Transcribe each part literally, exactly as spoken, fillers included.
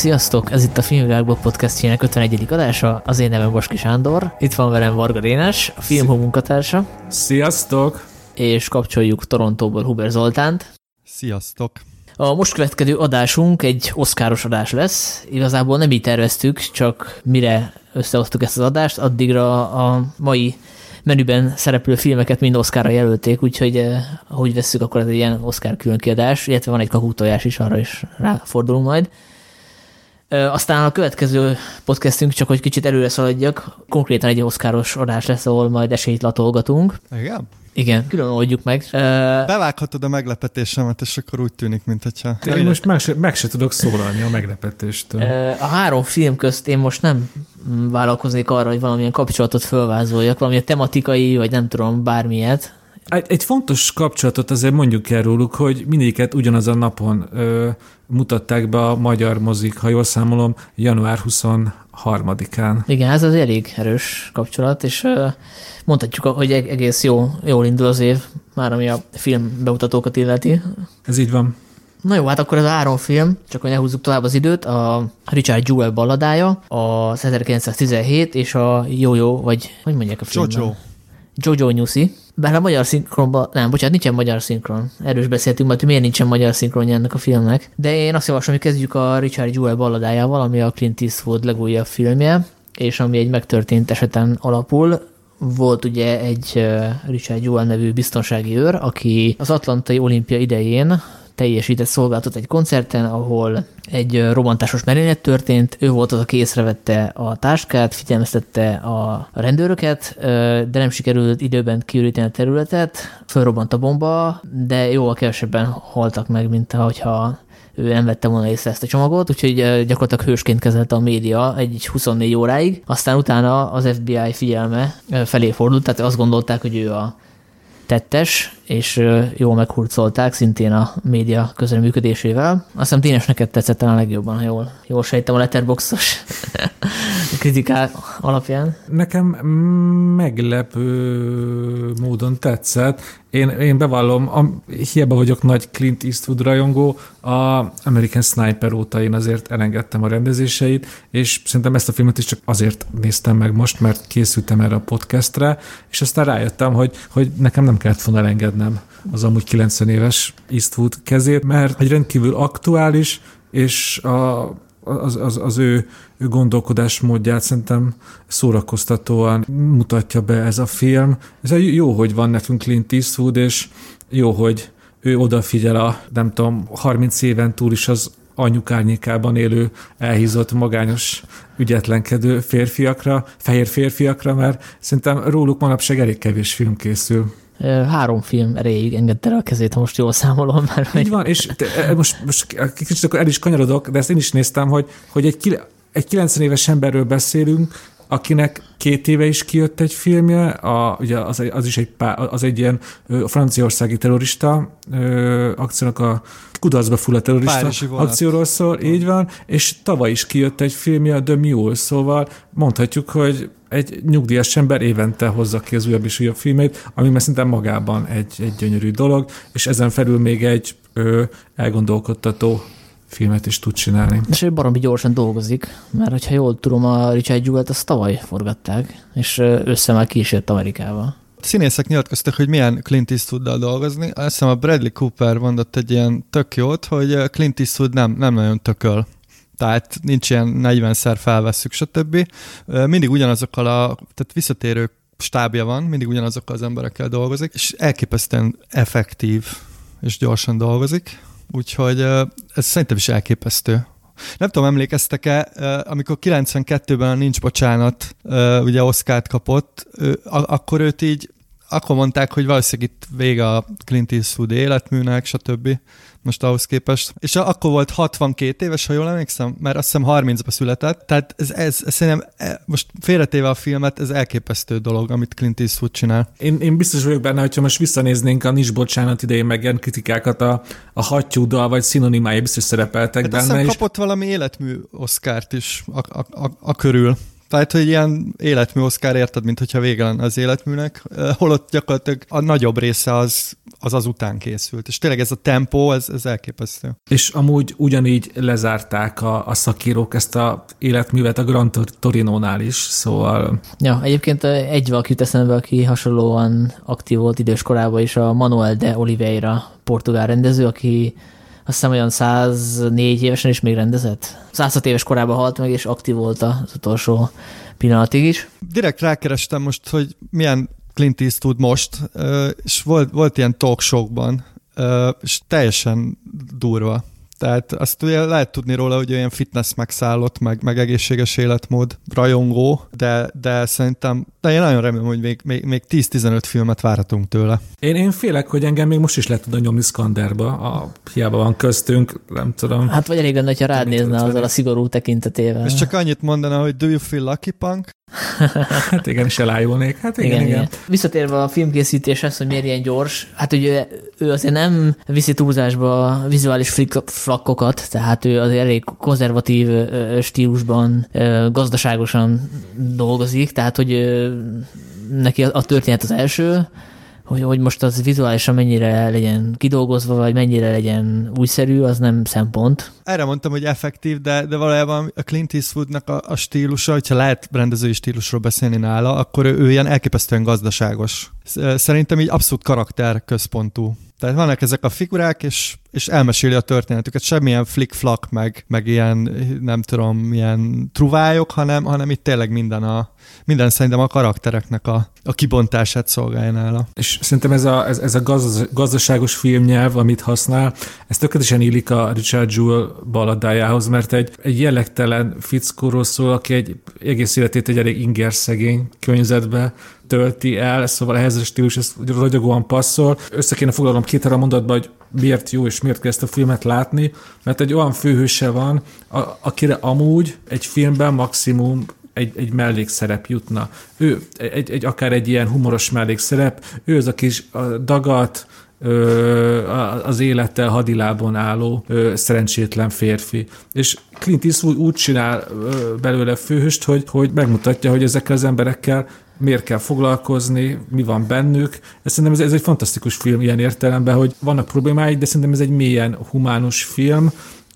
Sziasztok! Ez itt a Filmvilágblog podcastjének ötvenegyedik adása. Az én nevem Baski Sándor. Itt van velem Varga Dénes, a Filmhome munkatársa. Sziasztok! És kapcsoljuk Torontóból Huber Zoltánt. Sziasztok! A most következő adásunk egy oszkáros adás lesz. Igazából nem így terveztük, csak mire összehoztuk ezt az adást, addigra a mai menüben szereplő filmeket mind Oscarra jelölték, úgyhogy eh, ahogy vesszük, akkor ez egy ilyen Oscar külön kiadás, illetve van egy kakútojás is, arra is ráfordulunk majd. E, aztán a következő podcastünk, csak hogy kicsit előre szaladjak, konkrétan egy Oscaros adás lesz, ahol majd esélyt latolgatunk. Igen? Igen, külön oldjuk meg. E, Bevághatod a meglepetésemet, és akkor úgy tűnik, mintha... Én most meg se, meg se tudok szólalni a meglepetéstől. E, a három film közt én most nem vállalkoznék arra, hogy valamilyen kapcsolatot fölvázoljak, valamilyen tematikai, vagy nem tudom, bármilyet. Egy, egy fontos kapcsolatot azért mondjuk el róluk, hogy mindegyiket ugyanazon napon ö, mutatták be a magyar mozik, ha jól számolom, január huszonharmadikán. Igen, ez az elég erős kapcsolat, és ö, mondhatjuk, hogy egész jó, jól indul az év, már ami a film bemutatókat illeti. Ez így van. Na jó, hát akkor ez a három film, csak hogy ne húzzuk tovább az időt, a Richard Jewell balladája, az ezerkilencszáztizenhét és a Jó-Jó, vagy hogy mondják a filmben? Jojo. Jojo Nyuszi. Bár a magyar szinkronban, nem, bocsánat, nincsen magyar szinkron. Erről is beszéltünk majd, hogy miért nincsen magyar szinkronja ennek a filmnek. De én azt javaslom, hogy kezdjük a Richard Jewell balladájával, ami a Clint Eastwood legújabb filmje, és ami egy megtörtént eseten alapul. Volt ugye egy Richard Jewell nevű biztonsági őr, aki az Atlantai Olimpia idején teljesített szolgálatot egy koncerten, ahol egy robbantásos merénylet történt, ő volt az, aki észrevette a táskát, figyelmeztette a rendőröket, de nem sikerült időben kiüríteni a területet, fölrobbant a bomba, de jóval kevesebben haltak meg, mint hogyha ő nem vette volna észre ezt a csomagot, úgyhogy gyakorlatilag hősként kezelte a média egy huszonnégy óráig, aztán utána az ef bé i figyelme felé fordult, tehát azt gondolták, hogy ő a tettes, és jól meghurcolták, szintén a média közreműködésével. Azt hiszem, Dénes, neked tetszett talán legjobban, ha jól, jól sejtem a Letterboxdos kritikák alapján. Nekem meglepő módon tetszett. Én, én bevallom, a, hiába vagyok nagy Clint Eastwood rajongó, a American Sniper óta én azért elengedtem a rendezéseit, és szerintem ezt a filmet is csak azért néztem meg most, mert készültem erre a podcastre, és aztán rájöttem, hogy, hogy nekem nem kellett volna elengednem az amúgy kilencven éves Eastwood kezét, mert egy rendkívül aktuális, és a Az, az, az ő, ő gondolkodásmódját szerintem szórakoztatóan mutatja be ez a film. Ez jó, hogy van nekünk Clint Eastwood, és jó, hogy ő odafigyel a, nem tudom, harminc éven túl is az anyjuk árnyékában élő, elhízott, magányos, ügyetlenkedő férfiakra, fehér férfiakra, mert szerintem róluk manapság elég kevés film készül. Három film erejéig engedte el a kezét, ha most jól számolom már. Így van, és te, most, most kicsit akkor el is kanyarodok, de ezt én is néztem, hogy, hogy egy, egy kilencven éves emberről beszélünk, akinek két éve is kijött egy filmje, a, ugye az, az is egy, pár, az egy ilyen ö, franciaországi terrorista ö, akciónak a kudarcba fulladt terrorista akcióról szól, így van, és tavaly is kijött egy filmje, a The Mule, szóval mondhatjuk, hogy egy nyugdíjas ember évente hozza ki az újabb és újabb filmét, ami már szinte magában egy, egy gyönyörű dolog, és ezen felül még egy ö, elgondolkodtató filmet is tud csinálni. És ő baromi gyorsan dolgozik, mert hogyha jól tudom, a Richard Jewell-t azt tavaly forgatták, és össze már ki is jött Amerikába. Színészek nyilatkoztak, hogy milyen Clint Eastwooddal dolgozni. Azt hiszem a Bradley Cooper mondott egy ilyen tök jót, hogy Clint Eastwood nem, nem nagyon tököl. Tehát nincs ilyen negyvenszer felvesszük, stb. Mindig ugyanazokkal a, tehát visszatérő stábja van, mindig ugyanazokkal az emberekkel dolgozik, és elképesztően effektív és gyorsan dolgozik. Úgyhogy ez szerintem is elképesztő. Nem tudom, emlékeztek-e, amikor kilencvenkettőben a Nincs bocsánat ugye Oscart kapott, akkor őt így, akkor mondták, hogy valószínűleg itt vége a Clint Eastwood életműnek, stb. Most ahhoz képest. És akkor volt hatvankét éves, ha jól emlékszem, mert azt hiszem harmincba született. Tehát ez, ez, ez szerintem most félretéve a filmet, ez elképesztő dolog, amit Clint Eastwood csinál. Én, én biztos vagyok benne, hogyha most visszanéznénk a Nincs bocsánat idején megjelent kritikákat, a, a hattyúdal vagy szinonimája biztos szerepeltek hát benne. Aztán és... kapott valami életmű Oscart is a, a, a, a körül. Tehát, hogy ilyen életmű Oscar, érted, mint hogyha vége lenne az életműnek, holott gyakorlatilag a nagyobb része az az, az után készült. És tényleg ez a tempó, ez, ez elképesztő. És amúgy ugyanígy lezárták a, a szakírók ezt a életművet a Gran Torinónál is, szóval... Ja, egyébként egy valaki eszembe, aki hasonlóan aktív volt idős korában is, a Manuel de Oliveira, portugál rendező, aki azt hiszem olyan száznégy évesen is még rendezett. százhat éves korában halt meg, és aktív volt az utolsó pillanatig is. Direkt rákerestem most, hogy milyen Clint Eastwood most, és volt, volt ilyen talk show-ban, és teljesen durva. Tehát azt ugye lehet tudni róla, hogy olyan fitness megszállott, meg, meg egészséges életmód, rajongó, de, de szerintem, de én nagyon remélem, hogy még, még, még tíz-tizenöt filmet várhatunk tőle. Én, én félek, hogy engem még most is le tudna nyomni Skanderba, a, hiába van köztünk, nem tudom. Hát vagy elég lenne, ha rád nézne azzal a szigorú tekintetével. És csak annyit mondana, hogy do you feel lucky, punk? Hát igen, is elájulnék. Hát igen, igen, igen. igen. Visszatérve a filmkészítéshez, hogy miért ilyen gyors, hát ugye ő azért nem viszi túlzásba a vizuális flakkokat, tehát ő azért elég konzervatív stílusban, gazdaságosan dolgozik, tehát hogy neki a történet az első, hogy, hogy most az vizuálisan mennyire legyen kidolgozva, vagy mennyire legyen újszerű, az nem szempont. Erre mondtam, hogy effektív, de, de valójában a Clint Eastwoodnak a, a stílusa, hogyha lehet rendezői stílusról beszélni nála, akkor ő, ő ilyen elképesztően gazdaságos. Szerintem így abszolút karakterközpontú. Tehát vannak ezek a figurák, és, és elmeséli a történetüket. Semmilyen flick-flak, meg, meg ilyen, nem tudom, ilyen truvályok, hanem, hanem itt tényleg minden, a, minden szerintem a karaktereknek a, a kibontását szolgálja nála. És szerintem ez a, ez, ez a gaz, gazdaságos filmnyelv, amit használ, ez tökéletesen illik a Richard Jewell balladájához, mert egy, egy jellegtelen fickóról szól, aki egy egész életét egy elég ingerszegény környezetbe tölti el, szóval ehhez a stílus ez ragyogóan passzol. Össze kéne foglalnom két-három mondatban, hogy miért jó és miért kell ezt a filmet látni, mert egy olyan főhőse van, a, akire amúgy egy filmben maximum egy, egy mellékszerep jutna. Ő egy, egy, akár egy ilyen humoros mellékszerep, ő az a kis a dagat, az élettel hadilábon álló szerencsétlen férfi. És Clint Eastwood úgy csinál belőle főhőst, hogy, hogy megmutatja, hogy ezekkel az emberekkel miért kell foglalkozni, mi van bennük. Szerintem ez, ez egy fantasztikus film ilyen értelemben, hogy vannak problémáik, de szerintem ez egy mélyen humánus film,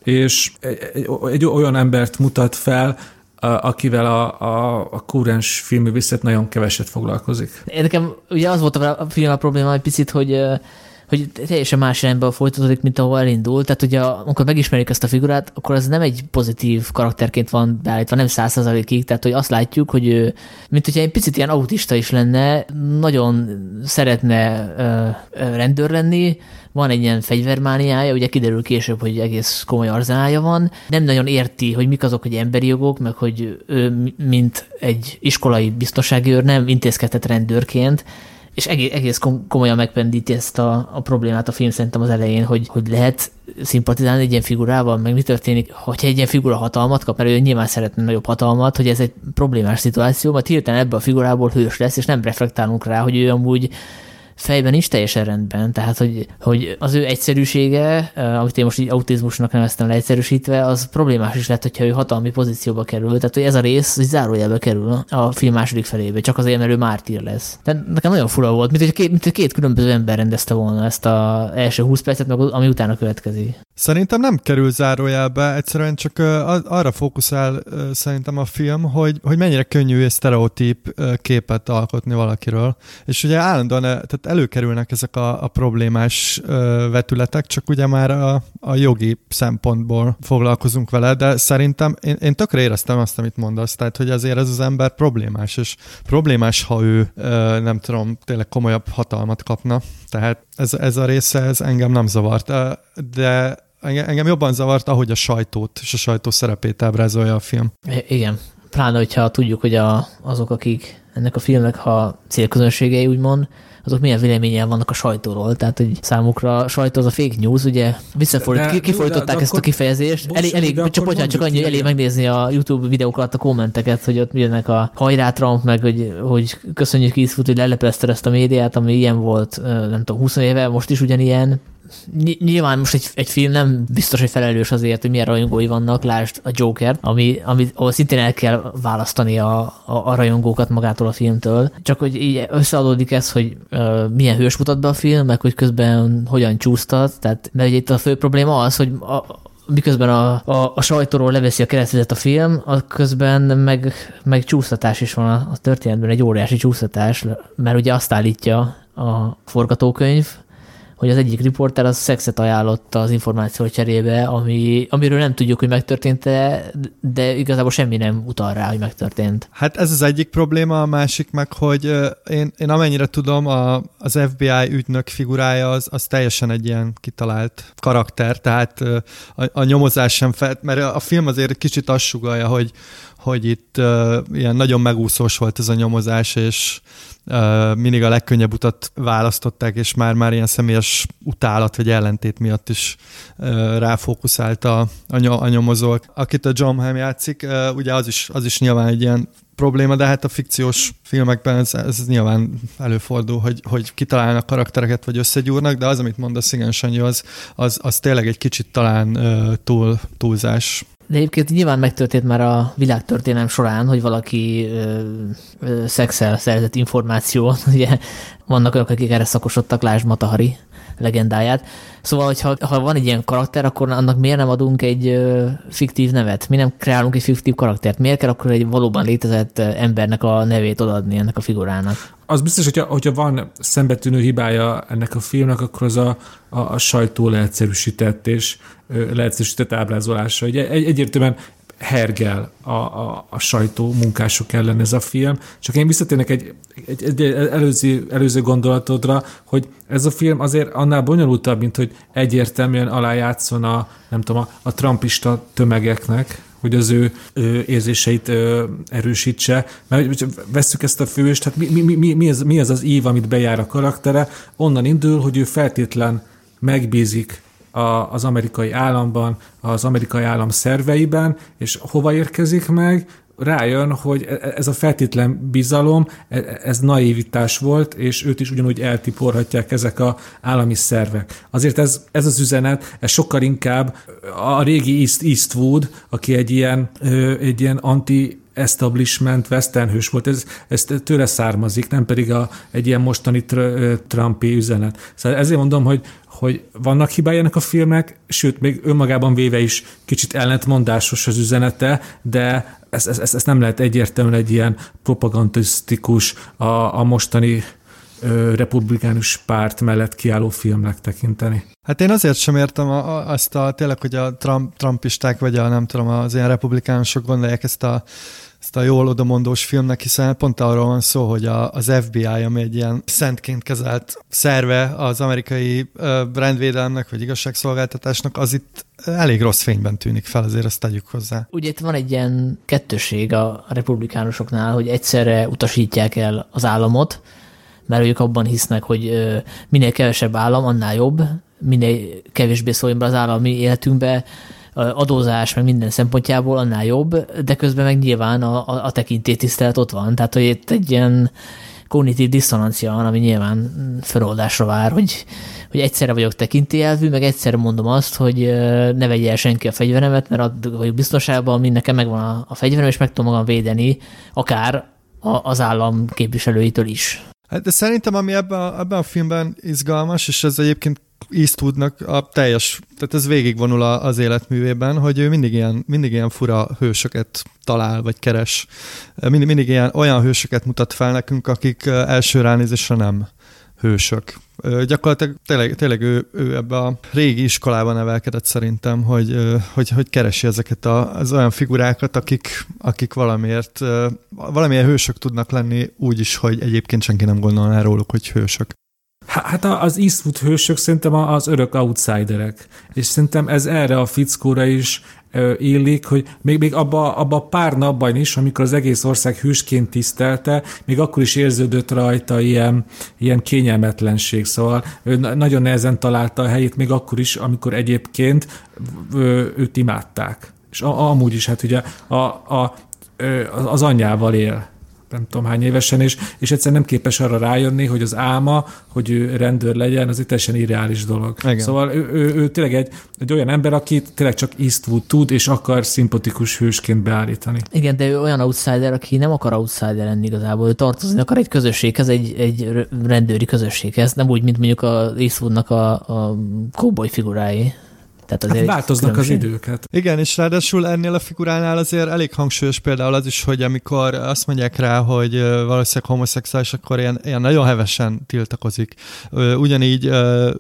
és egy, egy, egy olyan embert mutat fel, akivel a, a, a kúrens filmművészet nagyon keveset foglalkozik. Nekem ugye az volt a film a probléma egy picit, hogy hogy teljesen más irányba folytatódik, mint ahol elindult. Tehát ugye amikor megismerjük ezt a figurát, akkor ez nem egy pozitív karakterként van beállítva, nem száz százalékig, tehát hogy azt látjuk, hogy ő, mint hogyha egy picit ilyen autista is lenne, nagyon szeretne ö, ö, rendőr lenni, van egy ilyen fegyvermániája, ugye kiderül később, hogy egész komoly arzenálja van, nem nagyon érti, hogy mik azok, hogy emberi jogok, meg hogy ő, mint egy iskolai biztonsági őr nem intézkedhet rendőrként, és egész, egész komolyan megpendíti ezt a, a problémát a film szerintem az elején, hogy, hogy lehet szimpatizálni egy ilyen figurával, meg mi történik, hogyha egy ilyen figura hatalmat kap, mert ő nyilván szeretne nagyobb hatalmat, hogy ez egy problémás szituáció, mert hirtelen ebből a figurából hős lesz, és nem reflektálunk rá, hogy ő amúgy fejben is teljesen rendben, tehát hogy, hogy az ő egyszerűsége, amit én most így autizmusnak neveztem leegyszerűsítve, az problémás is lett, hogyha ő hatalmi pozícióba kerül, tehát hogy ez a rész zárójelbe kerül a film második felébe, csak azért, mert ő mártír lesz. Tehát nekem nagyon fura volt, mint hogy két, mint hogy két különböző ember rendezte volna ezt az első húsz percet, meg ami utána következik. Szerintem nem kerül zárójelbe, egyszerűen csak arra fókuszál szerintem a film, hogy, hogy mennyire könnyű és sztereotíp képet alkotni valakiről. És ugye állandóan tehát előkerülnek ezek a, a problémás vetületek, csak ugye már a, a jogi szempontból foglalkozunk vele, de szerintem én, én tökre éreztem azt, amit mondasz, tehát hogy azért ez az ember problémás, és problémás, ha ő nem tudom, tényleg komolyabb hatalmat kapna. Tehát ez, ez a része, ez engem nem zavart. De engem jobban zavart, ahogy a sajtót és a sajtó szerepét ábrázolja a film. Igen. Pláne, hogyha tudjuk, hogy a, azok, akik ennek a filmnek a célközönségei, úgymond, azok milyen véleményen vannak a sajtóról. Tehát, hogy számukra a sajtó az a fake news, ugye visszafordít, kifordították ezt a kifejezést. Elég, elég csak, bocsánat, csak annyi, hogy elég megnézni a YouTube videók alatt a kommenteket, hogy ott jönnek a hajrá Trump, meg hogy, hogy köszönjük Eastwood, hogy leleplezted ezt a médiát, ami ilyen volt, nem tudom, húsz éve, most is ugyanilyen. nyilván most egy, egy film nem biztos, hogy felelős azért, hogy milyen rajongói vannak, lásd a Joker, ami, ami, ahol szintén el kell választani a, a, a rajongókat magától a filmtől. Csak hogy így összeadódik ez, hogy uh, milyen hős mutat be a film, meg hogy közben hogyan csúsztat. Tehát, mert itt a fő probléma az, hogy a, miközben a, a, a sajtóról leveszi a keresztezet a film, a közben meg, meg csúsztatás is van a, a történetben, egy óriási csúsztatás, mert ugye azt állítja a forgatókönyv, hogy az egyik riporter az szexet ajánlott az információ cserébe, ami, amiről nem tudjuk, hogy megtörtént-e, de igazából semmi nem utal rá, hogy megtörtént. Hát ez az egyik probléma, a másik meg, hogy én, én amennyire tudom, a, az ef bé i ügynök figurája az, az teljesen egy ilyen kitalált karakter, tehát a, a nyomozás sem fel, mert a film azért kicsit azt sugallja, hogy, hogy itt uh, ilyen nagyon megúszós volt ez a nyomozás, és Uh, mindig a legkönnyebb utat választották, és már-már ilyen személyes utálat vagy ellentét miatt is uh, ráfókuszált a, a nyomozó. Akit a John Hamm játszik, uh, ugye az is, az is nyilván egy ilyen probléma, de hát a fikciós filmekben ez, ez nyilván előfordul, hogy, hogy kitalálnak karaktereket, vagy összegyúrnak, de az, amit mondasz, igen, Sanyi, az, az, az tényleg egy kicsit talán uh, túl, túlzás. De egyébként nyilván megtörtént már a világtörténelem során, hogy valaki ö, ö, szexel szerzett információt. Ugye vannak olyanok, akik erre szakosodtak, lásd Mata Hari legendáját. Szóval, hogyha, ha van egy ilyen karakter, akkor annak miért nem adunk egy ö, fiktív nevet? Mi nem kreálunk egy fiktív karaktert? Miért kell akkor egy valóban létezett embernek a nevét odaadni ennek a figurának? Az biztos, hogyha, hogyha van szembetűnő hibája ennek a filmnek, akkor az a, a, a sajtó leegyszerűsített és ö, leegyszerűsített ábrázolása. Ugye egy, egyértelműen hergel a, a, a sajtó munkások ellen ez a film. Csak én visszatérnek egy, egy, egy előző, előző gondolatodra, hogy ez a film azért annál bonyolultabb, mint hogy egyértelműen alájátszon a, nem tudom, a, a trumpista tömegeknek, hogy az ő, ő érzéseit ö, erősítse. Mert vesszük ezt a főst, hát mi, mi, mi, mi, ez, mi ez az ív, amit bejár a karaktere? Onnan indul, hogy ő feltétlen megbízik a, az amerikai államban, az amerikai állam szerveiben, és hova érkezik meg? Rájön, hogy ez a feltétlen bizalom, ez naivitás volt, és őt is ugyanúgy eltiporhatják ezek az állami szervek. Azért ez, ez az üzenet, ez sokkal inkább a régi East, Eastwood, aki egy ilyen, egy ilyen anti establishment western hős volt, ez, ez tőle származik, nem pedig a, egy ilyen mostani tr- Trumpi üzenet. Szóval ezért mondom, hogy, hogy vannak hibái ennek a filmnek, sőt, még önmagában véve is kicsit ellentmondásos az üzenete, de ezt, ezt, ezt nem lehet egyértelműen egy ilyen propagandisztikus, a, a mostani ö, republikánus párt mellett kiálló filmnek tekinteni. Hát én azért sem értem a, a, azt a, tényleg, hogy a Trump, trumpisták, vagy a nem tudom, az ilyen republikánusok gondolják ezt a ezt a jól odamondós filmnek, hiszen pont arról van szó, hogy a, az ef bé i, ami egy ilyen szentként kezelt szerve az amerikai uh, rendvédelemnek, vagy igazságszolgáltatásnak, az itt elég rossz fényben tűnik fel, azért ezt tegyük hozzá. Ugye itt van egy ilyen kettősség a republikánusoknál, hogy egyszerre utasítják el az államot, mert ők abban hisznek, hogy uh, minél kevesebb állam, annál jobb, minél kevésbé szóljon be az állami életünkbe, adózás, meg minden szempontjából annál jobb, de közben meg nyilván a, a, a tekintélytisztelet ott van. Tehát, hogy itt egy ilyen kognitív diszonancia van, ami nyilván feloldásra vár, hogy, hogy egyszerre vagyok tekintélyelvű, meg egyszerre mondom azt, hogy ne vegye el senki a fegyveremet, mert addig vagyok biztonságban, mind nekem megvan a, a fegyverem, és meg tudom magam védeni, akár a, az állam képviselőitől is. Hát de szerintem, ami ebben a, ebben a filmben izgalmas, és ez egyébként Eastwoodnak a teljes, tehát ez végigvonul az életművében, hogy ő mindig ilyen, mindig ilyen fura hősöket talál, vagy keres. Mindig, mindig ilyen, olyan hősöket mutat fel nekünk, akik első ránézésre nem hősök. Gyakorlatilag tényleg, tényleg ő, ő ebbe a régi iskolában nevelkedett szerintem, hogy, hogy, hogy keresi ezeket a, az olyan figurákat, akik, akik valamiért, valamilyen hősök tudnak lenni úgy is, hogy egyébként senki nem gondolná róluk, hogy hősök. Hát az Eastwood hősök szerintem az örök outsiderek, és szerintem ez erre a fickóra is illik, hogy még, még abba, abba a pár napban is, amikor az egész ország hősként tisztelte, még akkor is érződött rajta ilyen, ilyen kényelmetlenség, szóval ő nagyon nehezen találta a helyét, még akkor is, amikor egyébként őt imádták. És amúgy is, hát ugye a, a, az anyjával él nem tudom hány évesen, és, és egyszerűen nem képes arra rájönni, hogy az álma, hogy ő rendőr legyen, az egy teljesen irreális dolog. Igen. Szóval ő, ő, ő tényleg egy, egy olyan ember, akit tényleg csak Eastwood tud, és akar szimpatikus hősként beállítani. Igen, de ő olyan outsider, aki nem akar outsider lenni igazából, ő tartozni akar egy közösséghez, egy, egy rendőri közösséghez, nem úgy, mint mondjuk a Eastwoodnak a, a cowboy figurái. Tehát azért hát változnak különbség. Az időket. Igen, és ráadásul ennél a figuránál azért elég hangsúlyos például az is, hogy amikor azt mondják rá, hogy valószínűleg homoszexuális, akkor ilyen, ilyen nagyon hevesen tiltakozik. Ugyanígy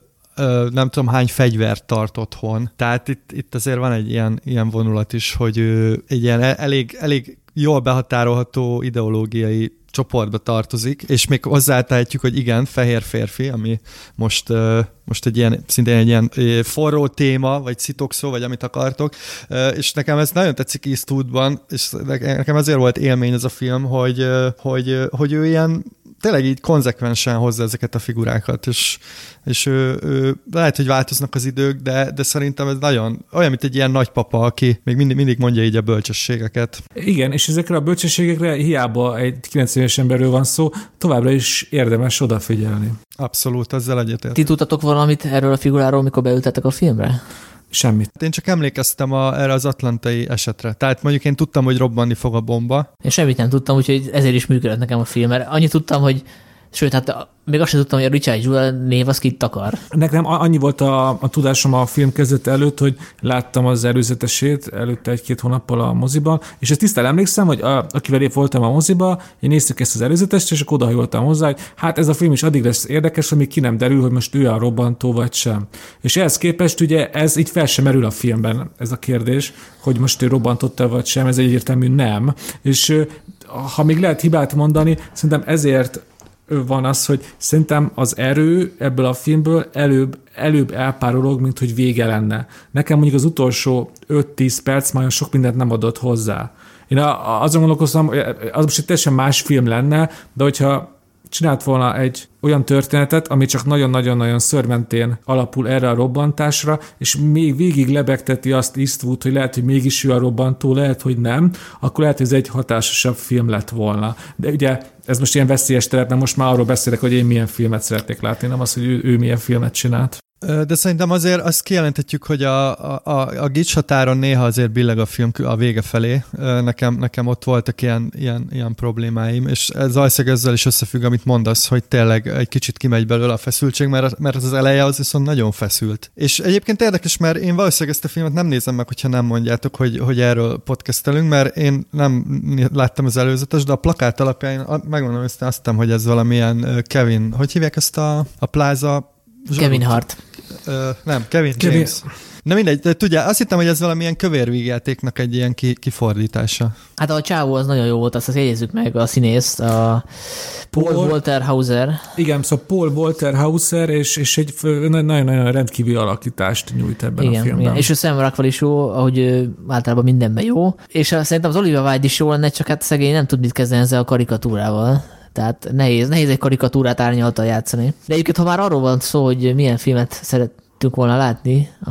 nem tudom hány fegyvert tart otthon. Tehát itt, itt azért van egy ilyen, ilyen vonulat is, hogy egy ilyen elég, elég jól behatárolható ideológiai csoportba tartozik, és még hozzátehetjük, hogy igen, fehér férfi, ami most, uh, most egy ilyen, szintén egy ilyen uh, forró téma, vagy szitokszó, vagy amit akartok, uh, és nekem ez nagyon tetszik Eastwoodban, és nekem azért volt élmény ez a film, hogy, uh, hogy, uh, hogy ő ilyen tényleg így konzekvensen hozza ezeket a figurákat, és, és ő, ő, lehet, hogy változnak az idők, de, de szerintem ez nagyon olyan, mint egy ilyen nagypapa, aki még mindig, mindig mondja így a bölcsességeket. Igen, és ezekre a bölcsességekre hiába egy kilencven éves emberről van szó, továbbra is érdemes odafigyelni. Abszolút, ezzel egyetért. Ti tudtatok valamit erről a figuráról, mikor beültetek a filmre? Semmit. Én csak emlékeztem a, erre az atlantai esetre. Tehát mondjuk én tudtam, hogy robbanni fog a bomba. Én semmit nem tudtam, úgyhogy ezért is működött nekem a film, mert annyit tudtam, hogy sőt, hát még azt sem tudtam, hogy a Richard Jewell név az kit akar. Nekem annyi volt a, a tudásom a film kezdete előtt, hogy láttam az előzetesét előtte egy-két hónappal a moziban, és ezt tisztán emlékszem, hogy a, akivel épp voltam a moziba, én néztük ezt az előzetest, és akkor odahajoltam hozzá, hogy hát ez a film is addig lesz érdekes, amíg ki nem derül, hogy most ő a robbantó vagy sem. És ehhez képest ugye ez így fel sem merül a filmben, ez a kérdés, hogy most ő robbantotta vagy sem, ez egyértelmű nem. És ha még lehet hibát mondani, szerintem ezért van az, hogy szerintem az erő ebből a filmből előbb, előbb elpárolog, mint hogy vége lenne. Nekem mondjuk az utolsó öt-tíz perc már sok mindent nem adott hozzá. Én azon gondolkoztam, hogy az most egy teljesen más film lenne, de hogyha csinált volna egy olyan történetet, ami csak nagyon-nagyon-nagyon szörmentén alapul erre a robbantásra, és még végig lebegteti azt Eastwood, hogy lehet, hogy mégis ő a robbantó, lehet, hogy nem, akkor lehet, hogy ez egy hatásosabb film lett volna. De ugye ez most ilyen veszélyes terep, mert most már arról beszélek, hogy én milyen filmet szeretnék látni, nem az, hogy ő, ő milyen filmet csinált. De szerintem azért azt kijelenthetjük, hogy a, a, a gics határon néha azért billeg a film a vége felé. Nekem, nekem ott voltak ilyen, ilyen, ilyen problémáim, és ez valószínűleg ezzel is összefügg, amit mondasz, hogy tényleg egy kicsit kimegy belőle a feszültség, mert, mert az eleje az viszont nagyon feszült. És egyébként érdekes, mert én valószínűleg ezt a filmet nem nézem meg, hogyha nem mondjátok, hogy, hogy erről podcastelünk, mert én nem láttam az előzetes, de a plakát alapján megmondom, hogy azt hittem, hogy ez valamilyen Kevin, hogy hívják ezt a, a pláza? Zsolút? Kevin Hart. Uh, nem, Kevin, Kevin James. Na mindegy, de tudja, azt hittem, hogy ez valamilyen kövérvígjátéknak egy ilyen ki, kifordítása. Hát a csávó az nagyon jó volt, azt, azt jegyezzük meg, a színészt, a Paul, Paul Walter Hauser. Igen, szóval Paul Walter Hauser, és, és egy nagyon-nagyon rendkívül alakítást nyújt ebben igen, a filmben. Igen. És a Sam Rockwell is jó, ahogy ő általában mindenben jó. És szerintem az Olivia Wilde is jó lenne, csak hát szegény nem tud mit kezdeni ezzel a karikatúrával. Tehát nehéz, nehéz egy karikatúrát árnyaltal játszani. De egyébként, ha már arról van szó, hogy milyen filmet szerettünk volna látni, a,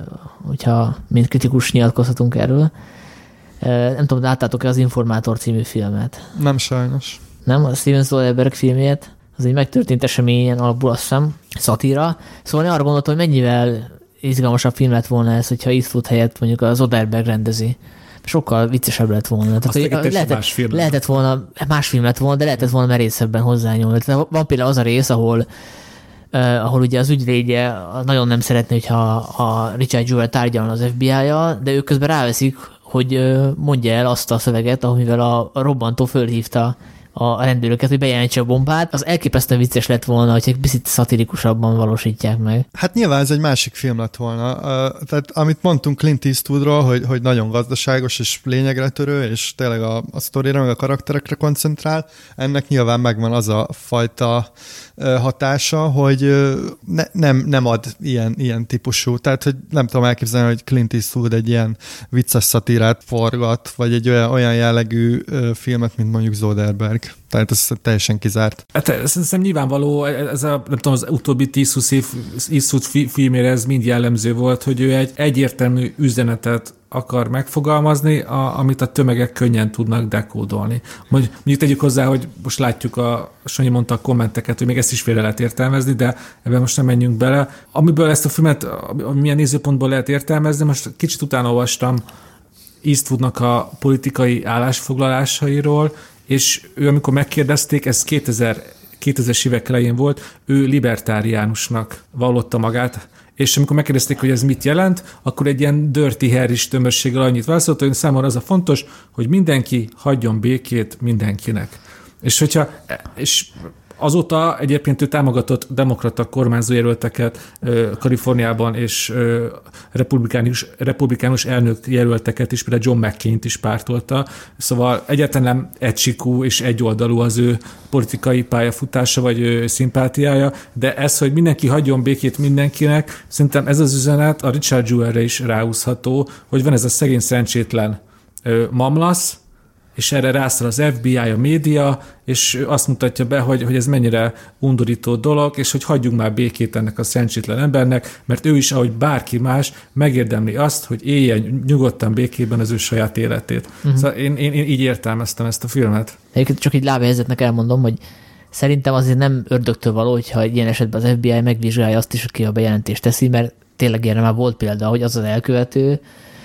hogyha mint kritikus nyilatkozhatunk erről, nem tudom, láttátok-e az Informátor című filmet? Nem sajnos. Nem? A Steven Soderbergh filmjét, az egy megtörtént eseményen alapul, azt hiszem, szatíra. Szóval én arra gondoltam, hogy mennyivel izgalmasabb film lett volna ez, hogyha Eastwood helyett mondjuk a Soderbergh rendezi. Sokkal viccesebb lett volna. Tehát, lehetett, film lehetett volna, más film lett volna, de lehetett volna merészebben hozzányúlni. Tehát van például az a rész, ahol, uh, ahol ugye az ügyvédje nagyon nem szeretné, hogyha a Richard Jewell tárgyalna az ef bé í-jal, de ők közben ráveszik, hogy uh, mondja el azt a szöveget, amivel a, a robbantó fölhívta a rendőröket, hogy bejelentse a bombát, az elképesztően vicces lett volna, hogy egy picit szatirikusabban valósítják meg. Hát nyilván ez egy másik film lett volna. Uh, tehát amit mondtunk Clint Eastwoodról, hogy, hogy nagyon gazdaságos és lényegre törő, és tényleg a, a sztorira, meg a karakterekre koncentrál, ennek nyilván megvan az a fajta uh, hatása, hogy uh, ne, nem, nem ad ilyen, ilyen típusú. Tehát, hogy nem tudom elképzelni, hogy Clint Eastwood egy ilyen vicces szatírát forgat, vagy egy olyan, olyan jellegű uh, filmet, mint mondjuk Soderbergh. működik. Tehát ez teljesen kizárt. Hát szerintem nyilvánvaló, ez a, nem tudom, az utóbbi tíz-húsz év Eastwood filmére ez mind jellemző volt, hogy ő egy egyértelmű üzenetet akar megfogalmazni, a, amit a tömegek könnyen tudnak dekódolni. Mondjuk, mondjuk tegyük hozzá, hogy most látjuk, a Sanyi mondta a kommenteket, hogy még ezt is félre lehet értelmezni, de ebben most nem menjünk bele. Amiből ezt a filmet, milyen nézőpontból lehet értelmezni, most kicsit utána olvastam Eastwoodnak a politikai állásfoglalásairól, és ő, amikor megkérdezték, ez kétezer, kétezres évek elején volt, ő libertáriánusnak vallotta magát, és amikor megkérdezték, hogy ez mit jelent, akkor egy ilyen Dirty Harry-s tömösséggel annyit válaszolt, hogy számomra az a fontos, hogy mindenki hagyjon békét mindenkinek. És hogyha, és azóta egyébként ő támogatott demokrata kormányzójelölteket Kaliforniában, és republikánus, republikánus elnök jelölteket is, például John McCain-t is pártolta. Szóval egyáltalán nem egysikú és egyoldalú az ő politikai pályafutása, vagy ő szimpátiája, de ez, hogy mindenki hagyjon békét mindenkinek, szerintem ez az üzenet a Richard Jewellre is ráhúzható, hogy van ez a szegény szerencsétlen mamlasz, és erre rászal az ef bé i, a média, és azt mutatja be, hogy, hogy ez mennyire undorító dolog, és hogy hagyjunk már békét ennek a szerencsétlen embernek, mert ő is, ahogy bárki más, megérdemli azt, hogy éljen nyugodtan békében az ő saját életét. Uh-huh. Szóval én, én, én így értelmeztem ezt a filmet. Egyébként csak így lábjegyzetnek elmondom, hogy szerintem azért nem ördögtől való, hogyha ilyen esetben az ef bé i megvizsgálja azt is, aki a bejelentést teszi, mert tényleg erre már volt példa, hogy az az elkövető,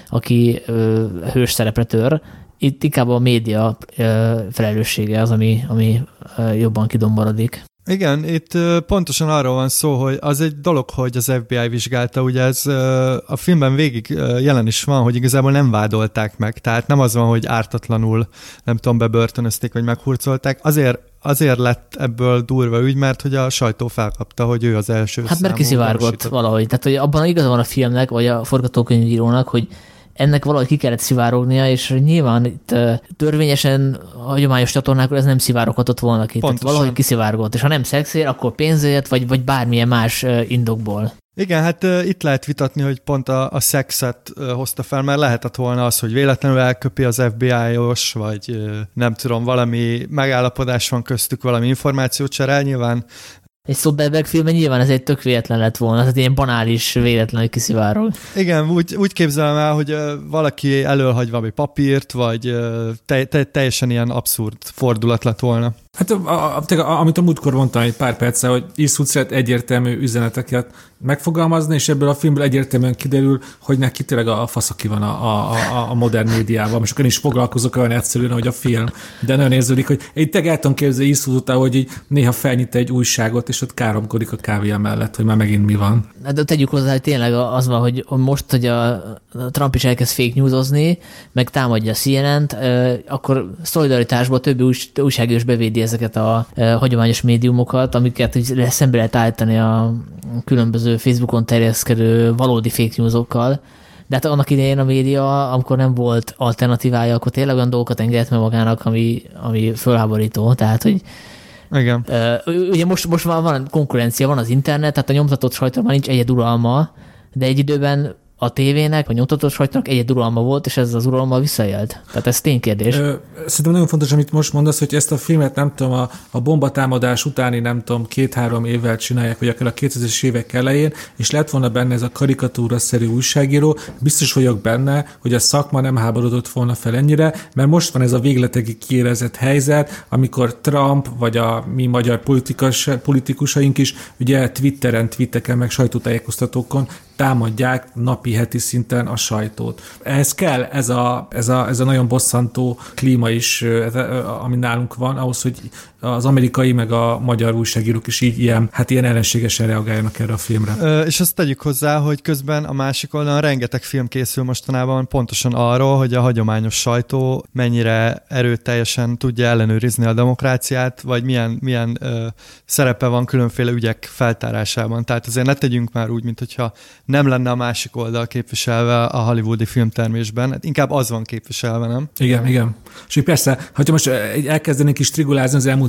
aki ö, hős szerepre tör, itt inkább a média felelőssége az, ami, ami jobban kidomborodik. Igen, itt pontosan arról van szó, hogy az egy dolog, hogy az ef bé i vizsgálta, ugye ez a filmben végig jelen is van, hogy igazából nem vádolták meg, tehát nem az van, hogy ártatlanul, nem tudom, bebörtönözték, vagy meghurcolták, azért Azért lett ebből durva ügy, mert hogy a sajtó felkapta, hogy ő az első. Hát mert kiszivárgott valahogy. Tehát, hogy abban igaza van a filmnek, vagy a forgatókönyvírónak, hogy ennek valahogy ki kellett szivárognia, és nyilván itt törvényesen hagyományos csatornákról ez nem szivároghatott volna ki. Tehát valahogy kiszivárgott. És ha nem szexért, akkor pénzért, vagy, vagy bármilyen más indokból. Igen, hát uh, itt lehet vitatni, hogy pont a, a szexet uh, hozta fel, mert lehetett volna az, hogy véletlenül elköpi az ef bé i-os, vagy uh, nem tudom, valami megállapodás van köztük, valami információcsere, nyilván. Egy Soderbergh filmben nyilván ez egy tök véletlen lett volna, tehát ilyen banális véletlen, hogy kiszivárog. Igen, úgy, úgy képzelem el, hogy uh, valaki elölhagy valami papírt, vagy uh, te, te, teljesen ilyen abszurd fordulat lett volna. Hát a, a, a, amit a múltkor mondtam egy pár perce, hogy Eastwood szeret egyértelmű üzeneteket megfogalmazni, és ebből a filmből egyértelműen kiderül, hogy neki tényleg a faszaki van a, a, a, a modern médiával. Most akkor én is foglalkozok olyan egyszerűen, hogy a film, de nagyon érződik, hogy én tényleg el tudom képzelni Eastwood után, hogy így néha felnyit egy újságot, és ott káromkodik a kávé mellett, hogy már megint mi van. De tegyük hozzá, hogy tényleg az van, hogy most, hogy a Trump is elkezd fake newsozni, meg támadja a cé en en-t, akkor szolidaritásból többi újságírós bevédi ezeket a hagyományos médiumokat, amiket szembe lehet állítani a különböző Facebookon terjeszkedő valódi fake newsokkal. De hát annak idején a média, amikor nem volt alternatívája, akkor tényleg olyan dolgokat engedett meg magának, ami, ami fölháborító. Tehát, hogy igen. Uh, ugye most, most már van konkurencia, van az internet, tehát a nyomtatott sajtóban már nincs egyeduralma, de egy időben a tévének, a nyomtatott sajtónak egyeduralma volt, és ez az uralommal visszaélt. Tehát ez ténykérdés. Ö, szerintem nagyon fontos, amit most mondasz, hogy ezt a filmet nem tudom, a, a bombatámadás utáni nem tudom, két-három évvel csinálják, vagy akár a kétezres évek elején, és lett volna benne ez a karikatúra-szerű újságíró, biztos vagyok benne, hogy a szakma nem háborodott volna fel ennyire, mert most van ez a végletekig kiérezett helyzet, amikor Trump, vagy a mi magyar politikus, politikusaink is ugye Twitteren, tweeteken, meg sajtótájékoztatókon támadják napi, heti szinten a sajtót. Ehhez kell ez a, ez a, ez a nagyon bosszantó klíma is, ami nálunk van, ahhoz, hogy az amerikai meg a magyar újságírók is így ilyen, hát ilyen ellenségesen reagáljanak erre a filmre. Ö, és azt tegyük hozzá, hogy közben a másik oldalon rengeteg film készül mostanában pontosan arról, hogy a hagyományos sajtó mennyire erőteljesen tudja ellenőrizni a demokráciát, vagy milyen, milyen ö, szerepe van különféle ügyek feltárásában. Tehát azért ne tegyünk már úgy, mint hogyha nem lenne a másik oldal képviselve a hollywoodi filmtermésben. Inkább az van képviselve, nem? Igen, igen. És persze, ha most elkezdenénk is trigulázni az elmúlt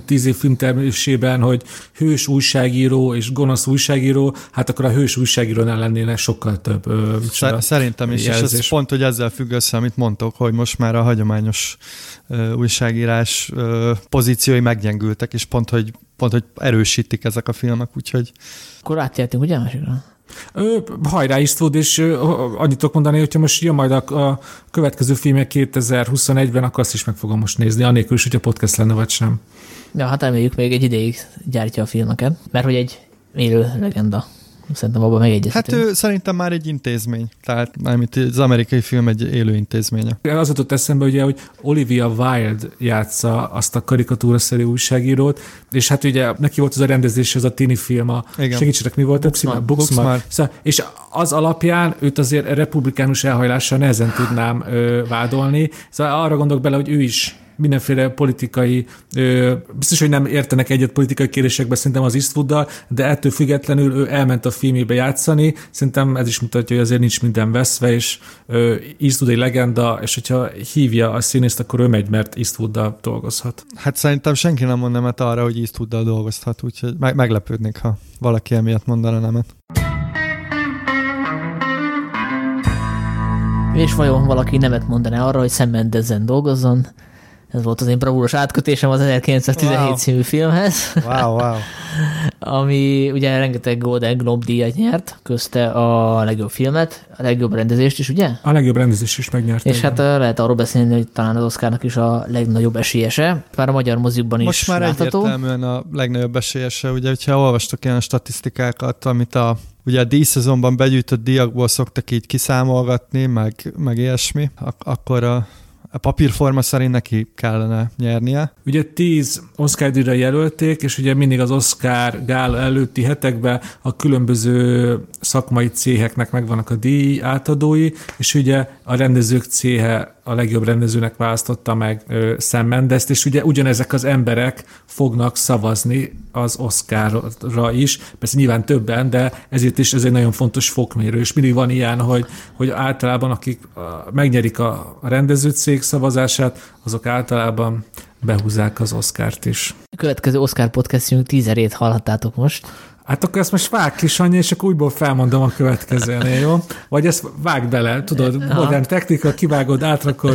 elmúlt tíz év filmtermelésében, hogy hős újságíró és gonosz újságíró, hát akkor a hős újságírónál lennének sokkal több. Ö, Szerintem is, jelzés. És ez pont, hogy ezzel függ össze, amit mondtok, hogy most már a hagyományos ö, újságírás ö, pozíciói meggyengültek, és pont hogy, pont, hogy erősítik ezek a filmek, úgyhogy... Akkor átjeltünk, ugye másikra? Ö, hajrá Eastwood, és ö, annyit tudok mondani, hogyha most jön majd a, a következő filmek kétezer-huszonegyben, akkor azt is meg fogom most nézni, anélkül is, hogy a podcast lenne, vagy sem. Ja, hát reméljük még egy ideig gyártja a filmeket, mert hogy egy élő legenda. Szerintem abban megegyezhetünk. Hát ő szerintem már egy intézmény. Tehát mármint az amerikai film egy élő intézménye. Az jutott eszembe, ugye, hogy Olivia Wilde játsza azt a karikatúraszerű újságírót, és hát ugye neki volt az a rendezés, az a tini film, a segítsenek, mi volt a címe? Booksmart. Szóval, és az alapján őt azért republikánus elhajlással nehezen tudnám ö, vádolni. Szóval arra gondolok bele, hogy ő is mindenféle politikai, ö, biztos, hogy nem értenek egyet politikai kérdésekbe szerintem az Eastwooddal, de ettől függetlenül ő elment a filmébe játszani. Szerintem ez is mutatja, hogy azért nincs minden veszve, és ö, Eastwood egy legenda, és hogyha hívja a színészt, akkor ő megy, mert Eastwooddal dolgozhat. Hát szerintem senki nem mond nemet arra, hogy Eastwooddal dolgozhat, úgyhogy meg- meglepődnék, ha valaki emiatt mondana nemet. És vajon valaki nemet mondaná arra, hogy Sam Mendes-en dolgozzon? Ez volt az én bravúros átkötésem az ezerkilencszáztizenhét wow. című filmhez. Wow, wow. Ami ugye rengeteg Golden Globe díjat nyert, közte a legjobb filmet, a legjobb rendezést is, ugye? A legjobb rendezést is megnyerte. És hát lehet arról beszélni, hogy talán az Oscarnak is a legnagyobb esélyese. Már a magyar mozikban most is már látható. egyértelműen a legnagyobb esélyese, ugye, hogyha olvastok ilyen statisztikákat, amit a ugye a díjszezonban begyűjtött díjakból szoktak így kiszámolgatni, meg, meg ilyesmi, ak- akkor a A papírforma szerint neki kellene nyernie. Ugye tíz Oscar-díjra jelölték, és ugye mindig az Oscar gála előtti hetekben a különböző szakmai céheknek megvannak a díj átadói, és ugye a rendezők céhe a legjobb rendezőnek választotta meg ö, Sam Mendes-t, és ugye ugyanezek az emberek fognak szavazni az Oscarra is, persze nyilván többen, de ezért is ez egy nagyon fontos fokmérő, és mindig van ilyen, hogy, hogy általában akik a, megnyerik a, a rendezőcég szavazását, azok általában behúzzák az Oscart is. A következő Oscar podcastjünk tízerét hallhattátok most. Hát akkor ezt most vág ki, Sanyi, és akkor újból felmondom a következőnél, jó? Vagy ezt vág bele, tudod, aha. Modern technika, kivágod, átrakod.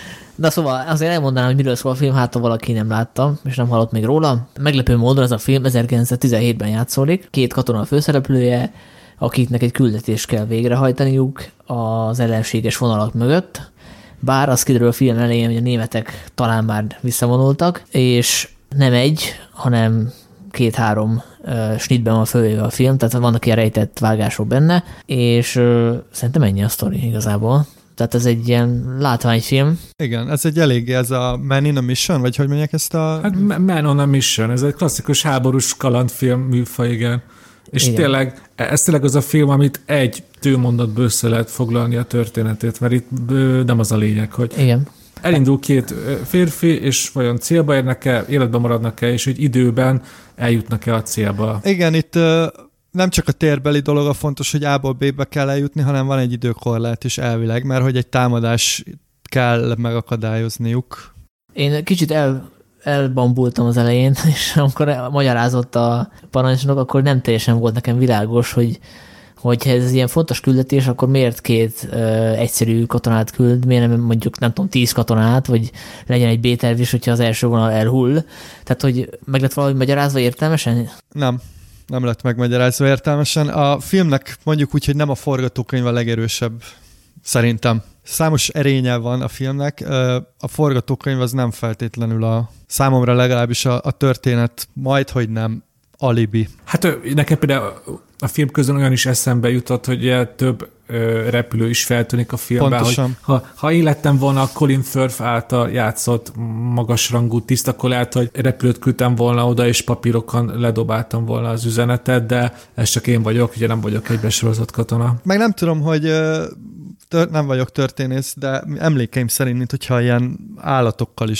Na szóval azért elmondanám, hogy miről szól a film, hát ha valaki nem látta, és nem hallott még róla. Meglepő módon ez a film ezerkilencszáztizenhétben játszódik. Két katona a főszereplője, akiknek egy küldetést kell végrehajtaniuk az ellenséges vonalak mögött. Bár az kiderül a film elején, hogy a németek talán már visszavonultak, és nem egy, hanem két-három uh, snitben van fölvéve a film, tehát vannak ilyen rejtett vágások benne, és uh, szerintem ennyi a sztori igazából. Tehát ez egy ilyen látványfilm. Igen, ez egy eléggé, ez a Man in a Mission, vagy hogy mondják ezt a... Hát Man on a Mission, ez egy klasszikus háborús kalandfilm műfaj, igen. És igen. tényleg, ez tényleg az a film, amit egy tőmondatból össze lehet foglalni a történetét, mert itt nem az a lényeg, hogy igen. elindul két férfi, és vajon célba érnek-e, életben maradnak-e, és hogy időben eljutnak-e a célba. Igen, itt uh, nem csak a térbeli dolog a fontos, hogy A-ból B-be kell eljutni, hanem van egy időkorlát is elvileg, mert hogy egy támadás kell megakadályozniuk. Én kicsit el, elbambultam az elején, és amikor magyarázott a parancsnok, akkor nem teljesen volt nekem világos, hogy hogyha ez ilyen fontos küldetés, akkor miért két ö, egyszerű katonát küld, miért nem mondjuk, nem tudom, tíz katonát, vagy legyen egy B-terv is, hogyha az első vonal elhull. Tehát, hogy meg lett valahogy magyarázva értelmesen? Nem, nem lett megmagyarázva értelmesen. A filmnek mondjuk úgy, hogy nem a forgatókönyv a legerősebb, szerintem. Számos erénye van a filmnek, a forgatókönyv az nem feltétlenül a számomra legalábbis a, a történet majdhogy nem alibi. Hát nekem például a film közben olyan is eszembe jutott, hogy több ö, repülő is feltűnik a filmben. Pontosan. Hogy ha, ha én lettem volna a Colin Firth által játszott magasrangú tiszt, akkor lehet, hogy repülőt küldtem volna oda, és papírokon ledobáltam volna az üzenetet, de ez csak én vagyok, ugye nem vagyok egy besorozott katona. Meg nem tudom, hogy tör, nem vagyok történész, de emlékeim szerint, mint hogyha ilyen állatokkal is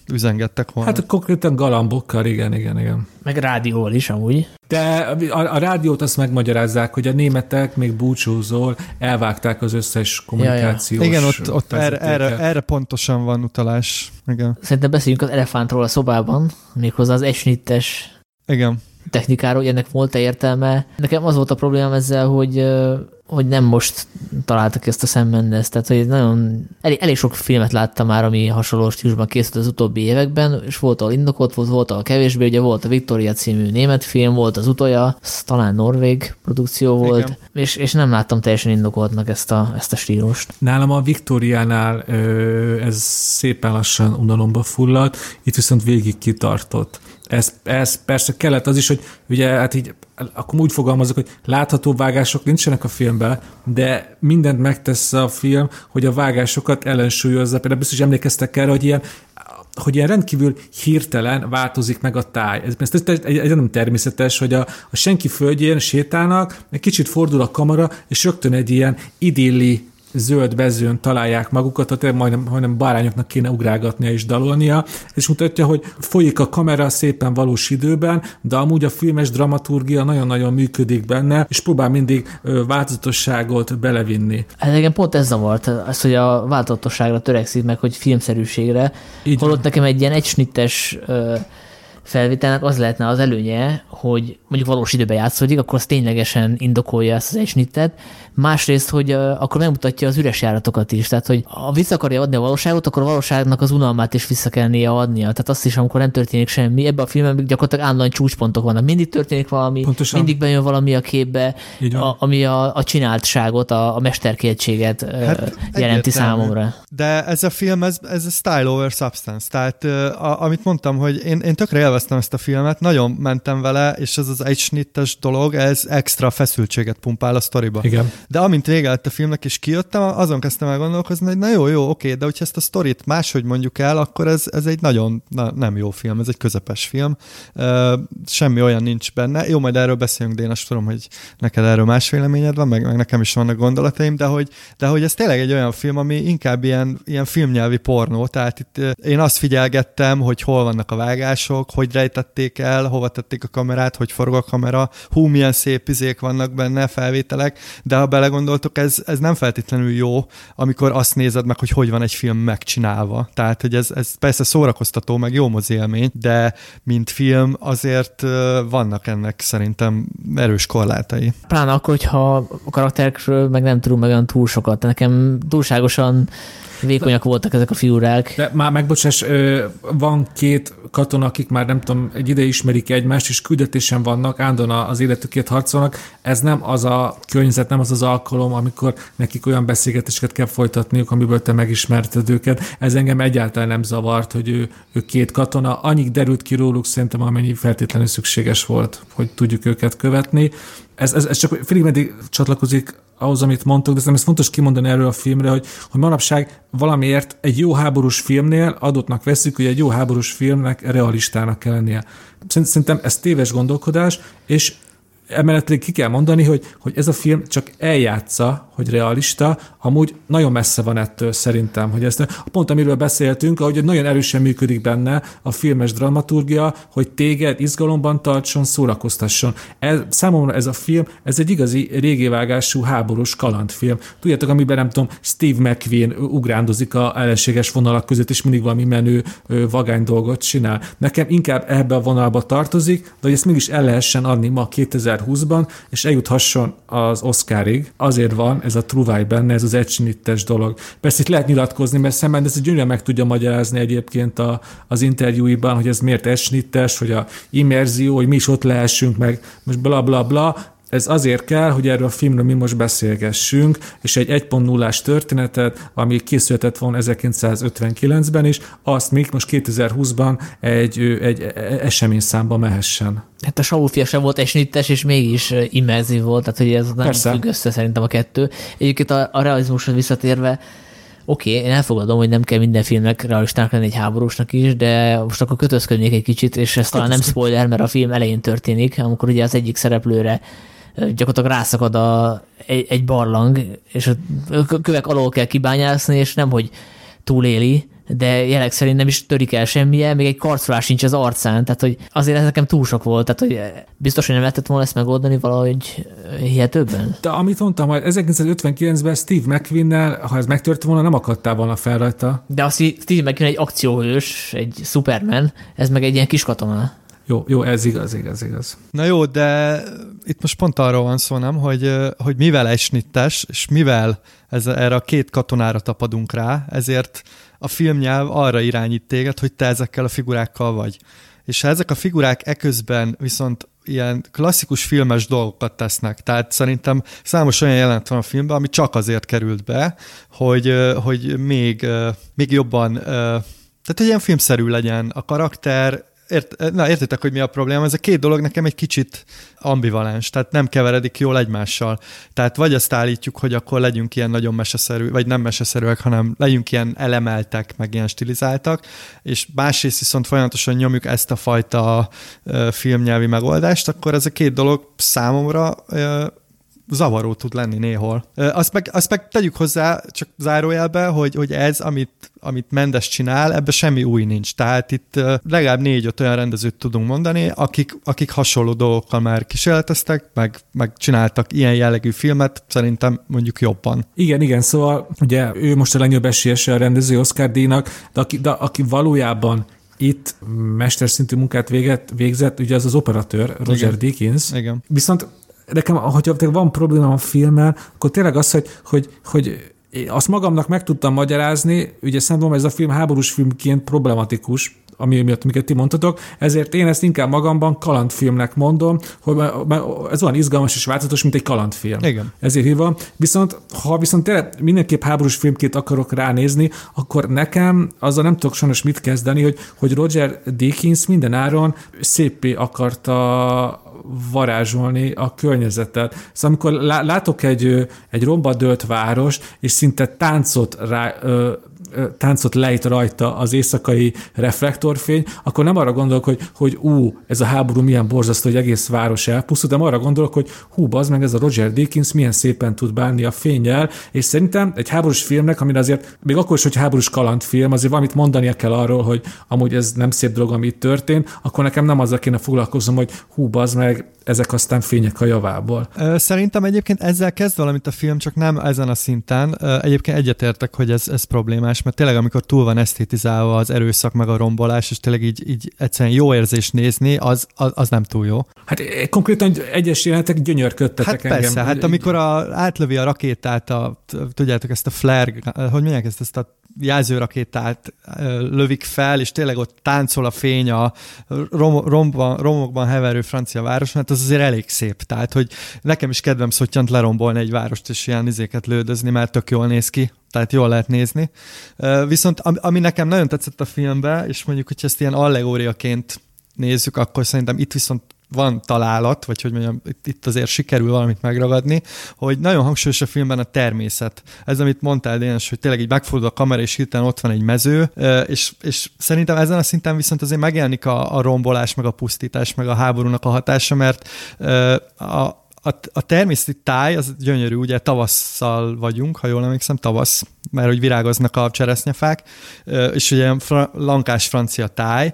üzengettek volna. Hát konkrétan galambokkal, igen, igen, igen. Meg rádióval is amúgy. De a, a rádiót azt megmagyarázzák, hogy a németek még búcsúzól elvágták az összes kommunikációs ja, ja. Igen, ott, ott erre, erre, erre pontosan van utalás. Igen. Szerintem beszéljünk az elefántról a szobában, méghozzá az esnittes igen. technikáról, hogy ennek volt-e értelme. Nekem az volt a problémám ezzel, hogy hogy nem most találtak ezt a Sam Mendes, tehát hogy nagyon elég, elég sok filmet láttam már, ami hasonló stílusban készült az utóbbi években, és volt, ahol indokolt volt, volt, ahol kevésbé, ugye volt a Victoria című német film, volt az Utolja, talán norvég produkció volt, és, és nem láttam teljesen indokoltnak ezt a, ezt a stílust. Nálam a Victoriánál ö, ez szépen lassan unalomba fulladt, itt viszont végig kitartott. Ez, ez persze kellett az is, hogy ugye hát így akkor úgy fogalmazok, hogy látható vágások nincsenek a filmben, de mindent megtesz a film, hogy a vágásokat ellensúlyozza. Például biztos emlékeztek erre, hogy ilyen, hogy ilyen rendkívül hirtelen változik meg a táj. Ez, ez, ez, ez, ez nem természetes, hogy a, a senki földjén sétálnak, egy kicsit fordul a kamera, és rögtön egy ilyen idilli zöld vezőn találják magukat, tehát majdnem, majdnem bárányoknak kéne ugrálgatnia és dalolnia, és mutatja, hogy folyik a kamera szépen valós időben, de amúgy a filmes dramaturgia nagyon-nagyon működik benne, és próbál mindig ö, változatosságot belevinni. Hát igen, pont ez zavart, az, hogy a változatosságra törekszik meg, hogy filmszerűségre. Így holott nekem egy ilyen egysnittes ö, felvételnek az lehetne az előnye, hogy mondjuk valós időben játszódik, akkor az ténylegesen indokolja ezt az egysnittet. Másrészt, hogy uh, akkor megmutatja az üres járatokat is. Tehát, hogy ha vissza akarja adni a valóságot, akkor a valóságnak az unalmát is vissza kell néha adnia. Tehát azt is, amikor nem történik semmi. Ebben a filmben gyakorlatilag állandóan csúcspontok vannak. Mindig történik valami, pontosan. Mindig bejön valami a képbe, a, ami a, a csináltságot, a, a mesterkétséget hát, uh, jelenti számomra. De ez a film, ez, ez a style over substance. Tehát uh, a, amit mondtam, hogy én, én tökre élveztem ezt a filmet, nagyon mentem vele, és ez az egysnittes dolog, ez extra feszültséget pumpál a sztoriba. Igen. De amint vége lett a filmnek, és kijöttem, azon kezdtem el gondolkozni, hogy na jó, jó, oké, de hogyha ezt a sztorit máshogy mondjuk el, akkor ez, ez egy nagyon na, nem jó film, ez egy közepes film. Uh, semmi olyan nincs benne. Jó, majd erről beszélünk, de én azt tudom, hogy neked erről más véleményed van, meg, meg nekem is vannak gondolataim, de hogy, de hogy ez tényleg egy olyan film, ami inkább ilyen, ilyen filmnyelvi pornó, tehát itt uh, én azt figyelgettem, hogy hol vannak a vágások, hogy rejtették el, hova tették a kamerát, hogy forog a kamera, hú, milyen szép izék vannak benne, felvételek, de ha belegondoltok, ez, ez nem feltétlenül jó, amikor azt nézed meg, hogy hogy van egy film megcsinálva. Tehát, hogy ez, ez persze szórakoztató, meg jó mozi élmény, de mint film azért vannak ennek szerintem erős korlátai. Pláne akkor, hogyha a karakterekről meg nem tudunk meg olyan túl sokat. Nekem túlságosan vékonyak voltak ezek a figurák. De már megbocsáss, van két katona, akik már nem tudom, egy ide ismerik egymást, és küldetésen vannak, állandóan az életükért harcolnak. Ez nem az a környezet, nem az az alkalom, amikor nekik olyan beszélgetéseket kell folytatniuk, amiből te megismerted őket. Ez engem egyáltalán nem zavart, hogy ő, ő két katona. Annyit derült ki róluk szerintem, amennyi feltétlenül szükséges volt, hogy tudjuk őket követni. Ez, ez, ez csak félig meddig csatlakozik ahhoz, amit mondtok, de ez fontos kimondani erről a filmre, hogy, hogy manapság valamiért egy jó háborús filmnél adottnak veszük, hogy egy jó háborús filmnek realistának kell lennie. Szerintem ez téves gondolkodás, és emellett ki kell mondani, hogy, hogy ez a film csak eljátsza, hogy realista, amúgy nagyon messze van ettől szerintem, hogy ezt pont amiről beszéltünk, ahogy nagyon erősen működik benne a filmes dramaturgia, hogy téged izgalomban tartson, szórakoztasson. Ez, számomra ez a film, ez egy igazi régévágású háborús kalandfilm. Tudjátok, amiben nem tudom, Steve McQueen ugrándozik a ellenséges vonalak között, és mindig valami menő vagány dolgot csinál. Nekem inkább ebbe a vonalba tartozik, de hogy ezt mégis el lehessen adni ma kétezer-húszban, és eljuthasson az Oscarig. Azért van ez a truváj benne, ez az egysnittes dolog. Persze itt lehet nyilatkozni, mert Sam Mendes gyönyörűen meg tudja magyarázni egyébként a, az interjúiban, hogy ez miért egysnittes, hogy a immerzió, hogy mi is ott lehessünk meg, most bla bla bla. Ez azért kell, hogy erről a filmről mi most beszélgessünk, és egy egy pont nullás történetet, ami készülhetett volna ezerkilencszázötvenkilencben is, azt még most kétezer-húszban egy, egy eseményszámba mehessen. Hát a Saul-fia sem volt egysnittes, és mégis immerzív volt, tehát hogy ez nem Persze. függ össze szerintem a kettő. Egyébként a, a realizmushoz visszatérve, oké, okay, én elfogadom, hogy nem kell minden filmnek realistának lenni, egy háborúsnak is, de most akkor kötözködnék egy kicsit, és ez talán nem spoiler, mert a film elején történik, amikor ugye az egyik szereplőre gyakorlatilag rászakad a, egy, egy barlang, és a kövek alól kell kibányászni, és nem, hogy túléli, de jelek szerint nem is törik el semmilyen, még egy karcolás sincs az arcán, tehát hogy azért ez nekem túl sok volt, tehát hogy biztos, hogy nem lehetett volna ezt megoldani valahogy hihetőbben. De amit mondtam, hogy ezerkilencszázötvenkilencben Steve McQueen-nel, ha ez megtört volna, nem akadtál volna fel rajta. De azt Steve McQueen egy akcióhős, egy Superman, ez meg egy ilyen kis katona. Jó, jó, ez igaz, igaz, igaz. Na jó, de itt most pont arról van szó, nem, hogy, hogy mivel egy snittes, és mivel ez, erre a két katonára tapadunk rá, ezért a filmnyelv arra irányít téged, hogy te ezekkel a figurákkal vagy. És ha ezek a figurák eközben viszont ilyen klasszikus filmes dolgokat tesznek, tehát szerintem számos olyan jelenet van a filmben, ami csak azért került be, hogy, hogy még, még jobban, tehát hogy ilyen filmszerű legyen a karakter. Ért, na, értitek, hogy mi a probléma? Ez a két dolog nekem egy kicsit ambivalens, tehát nem keveredik jól egymással. Tehát vagy azt állítjuk, hogy akkor legyünk ilyen nagyon meseszerű, vagy nem meseszerűek, hanem legyünk ilyen elemeltek, meg ilyen stilizáltak, és másrészt viszont folyamatosan nyomjuk ezt a fajta uh, filmnyelvi megoldást, akkor ez a két dolog számomra uh, zavaró tud lenni néhol. Azt meg, azt meg tegyük hozzá, csak zárójelbe, hogy, hogy ez, amit, amit Mendes csinál, ebben semmi új nincs. Tehát itt legalább négy-öt olyan rendezőt tudunk mondani, akik, akik hasonló dolgokkal már kísérleteztek, meg, meg csináltak ilyen jellegű filmet, szerintem mondjuk jobban. Igen, igen, szóval ugye ő most a legnagyobb esélyese a rendező Oscar-díjnak, de aki, de aki valójában itt mesterszintű munkát véget, végzett, ugye az az operatőr, Roger Igen. Deakins. Igen. Viszont nekem, hogyha van probléma a filmmel, akkor tényleg az, hogy, hogy, hogy azt magamnak meg tudtam magyarázni, ugye számomra ez a film háborús filmként problematikus, ami miatt, amiket ti mondtatok, ezért én ezt inkább magamban kalandfilmnek mondom, hogy ez olyan izgalmas és változatos, mint egy kalandfilm. Igen. Ezért hívva. Viszont, ha viszont tényleg mindenképp háborús filmként akarok ránézni, akkor nekem azzal nem tudok sajnos mit kezdeni, hogy, hogy Roger Deakins minden áron szépé akarta varázsolni a környezetet. Szóval amikor látok egy, egy romba dőlt város, és szinte táncot, rá, ö, táncot lejt rajta az éjszakai reflektorfény, akkor nem arra gondolok, hogy, hogy ú, ez a háború milyen borzasztó, hogy egész város elpusztult, de arra gondolok, hogy hú, bazd meg, ez a Roger Deakins milyen szépen tud bánni a fénnyel, és szerintem egy háborús filmnek, amire azért, még akkor is, hogy háborús kalandfilm, azért valamit mondania kell arról, hogy amúgy ez nem szép dolog, ami itt történt, akkor nekem nem azzal kéne foglalkoznom, hogy hú, bazd meg, ezek aztán fények a javából. Szerintem egyébként ezzel kezd valamit a film, csak nem ezen a szinten. Egyébként egyetértek, hogy ez, ez problémás, mert tényleg amikor túl van esztétizálva az erőszak meg a rombolás, és tényleg így, így egyszerűen jó érzés nézni, az, az, az nem túl jó. Hát konkrétan egyes jelenetek gyönyörködtetek hát engem. Persze, hát amikor a, átlövi a rakétát, a, tudjátok ezt a flare, hogy mondják ezt, ezt a jelzőrakétát lövik fel, és tényleg ott táncol a fény a rom, romban, romokban heverő francia városon, hát az azért elég szép. Tehát, hogy nekem is kedvem szottyant lerombolni egy várost, és ilyen izéket lődözni, mert tök jól néz ki. Tehát jól lehet nézni. Viszont ami nekem nagyon tetszett a filmben, és mondjuk, hogy ezt ilyen allegóriaként nézzük, akkor szerintem itt viszont van találat, vagy hogy mondjam, itt azért sikerül valamit megragadni, hogy nagyon hangsúlyos a filmben a természet. Ez, amit mondtál, Dénes, hogy tényleg így megfordul a kamera, és hirtelen ott van egy mező, és, és szerintem ezen a szinten viszont azért megjelenik a, a rombolás, meg a pusztítás, meg a háborúnak a hatása, mert a A, a természeti táj, az gyönyörű, ugye tavasszal vagyunk, ha jól emlékszem, tavasz, mert hogy virágoznak a cseresznyefák, és ugye fra, lankás francia táj,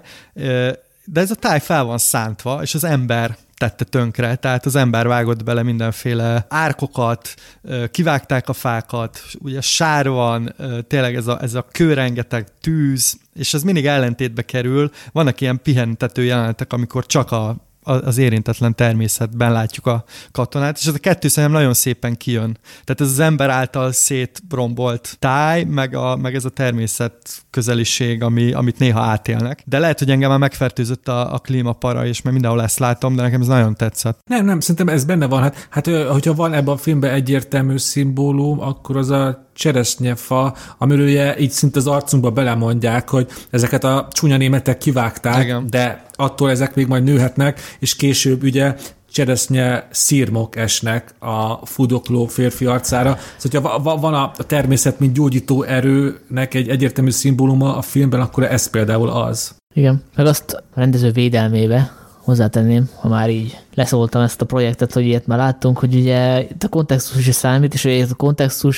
de ez a táj fel van szántva, és az ember tette tönkre, tehát az ember vágott bele mindenféle árkokat, kivágták a fákat, ugye sár van, tényleg ez a, ez a kőrengeteg tűz, és ez mindig ellentétbe kerül. Vannak ilyen pihentető jelenetek, amikor csak a az érintetlen természetben látjuk a katonát, és ez a kettő szerintem nagyon szépen kijön. Tehát ez az ember által szétrombolt táj, meg, a, meg ez a természet közeliség, ami, amit néha átélnek. De lehet, hogy engem már megfertőzött a, a klímapara, és mert mindenhol ezt látom, de nekem ez nagyon tetszett. Nem, nem, szerintem ez benne van. Hát, hát hogyha van ebben a filmben egyértelmű szimbólum, akkor az a cseresznyefa, amiről ugye így szinte az arcunkba belemondják, hogy ezeket a csúnya németek kivágták, igen, de attól ezek még majd nőhetnek, és később ugye cseresznye szirmok esnek a fudokló férfi arcára. Szóval, hogyha van a természet, mint gyógyító erőnek egy egyértelmű szimbóluma a filmben, akkor ez például az. Igen, meg azt a rendező védelmébe hozzátenném, ha már így leszóltam ezt a projektet, hogy ilyet már láttunk, hogy ugye itt a kontextus is számít, és hogy ez a kontextus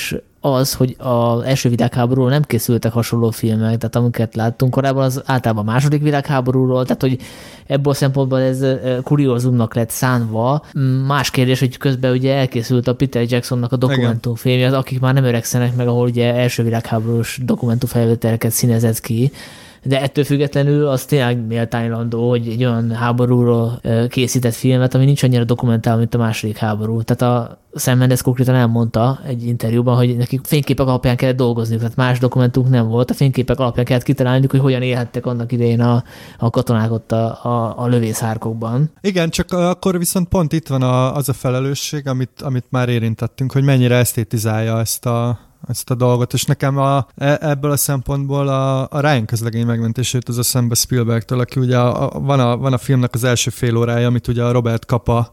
az, hogy az első világháborúról nem készültek hasonló filmek, tehát amiket láttunk korábban, az általában a második világháborúról, tehát hogy ebből a szempontból ez kuriózumnak lett szánva. Más kérdés, hogy közben ugye elkészült a Peter Jacksonnak a dokumentumfilmje, az akik már nem öregszenek meg, ahol ugye első világháborús dokumentumfelvételeket színezett ki, de ettől függetlenül az tényleg méltánylandó, hogy egy olyan háborúról készített filmet, ami nincs annyira dokumentálva, mint a második háború. Tehát a Sam Mendes konkrétan elmondta egy interjúban, hogy nekik fényképek alapján kellett dolgozni, tehát más dokumentumunk nem volt, a fényképek alapján kellett kitalálniuk, hogy hogyan élhettek annak idején a, a katonák ott a, a, a lövészárkokban. Igen, csak akkor viszont pont itt van a, az a felelősség, amit, amit már érintettünk, hogy mennyire esztétizálja ezt a ezt a dolgot, és nekem a, ebből a szempontból a, a Ryan közlegény megmentését az a szembe Spielbergtől, aki ugye a, a, van, a, van a filmnek az első fél órája, amit ugye a Robert Capa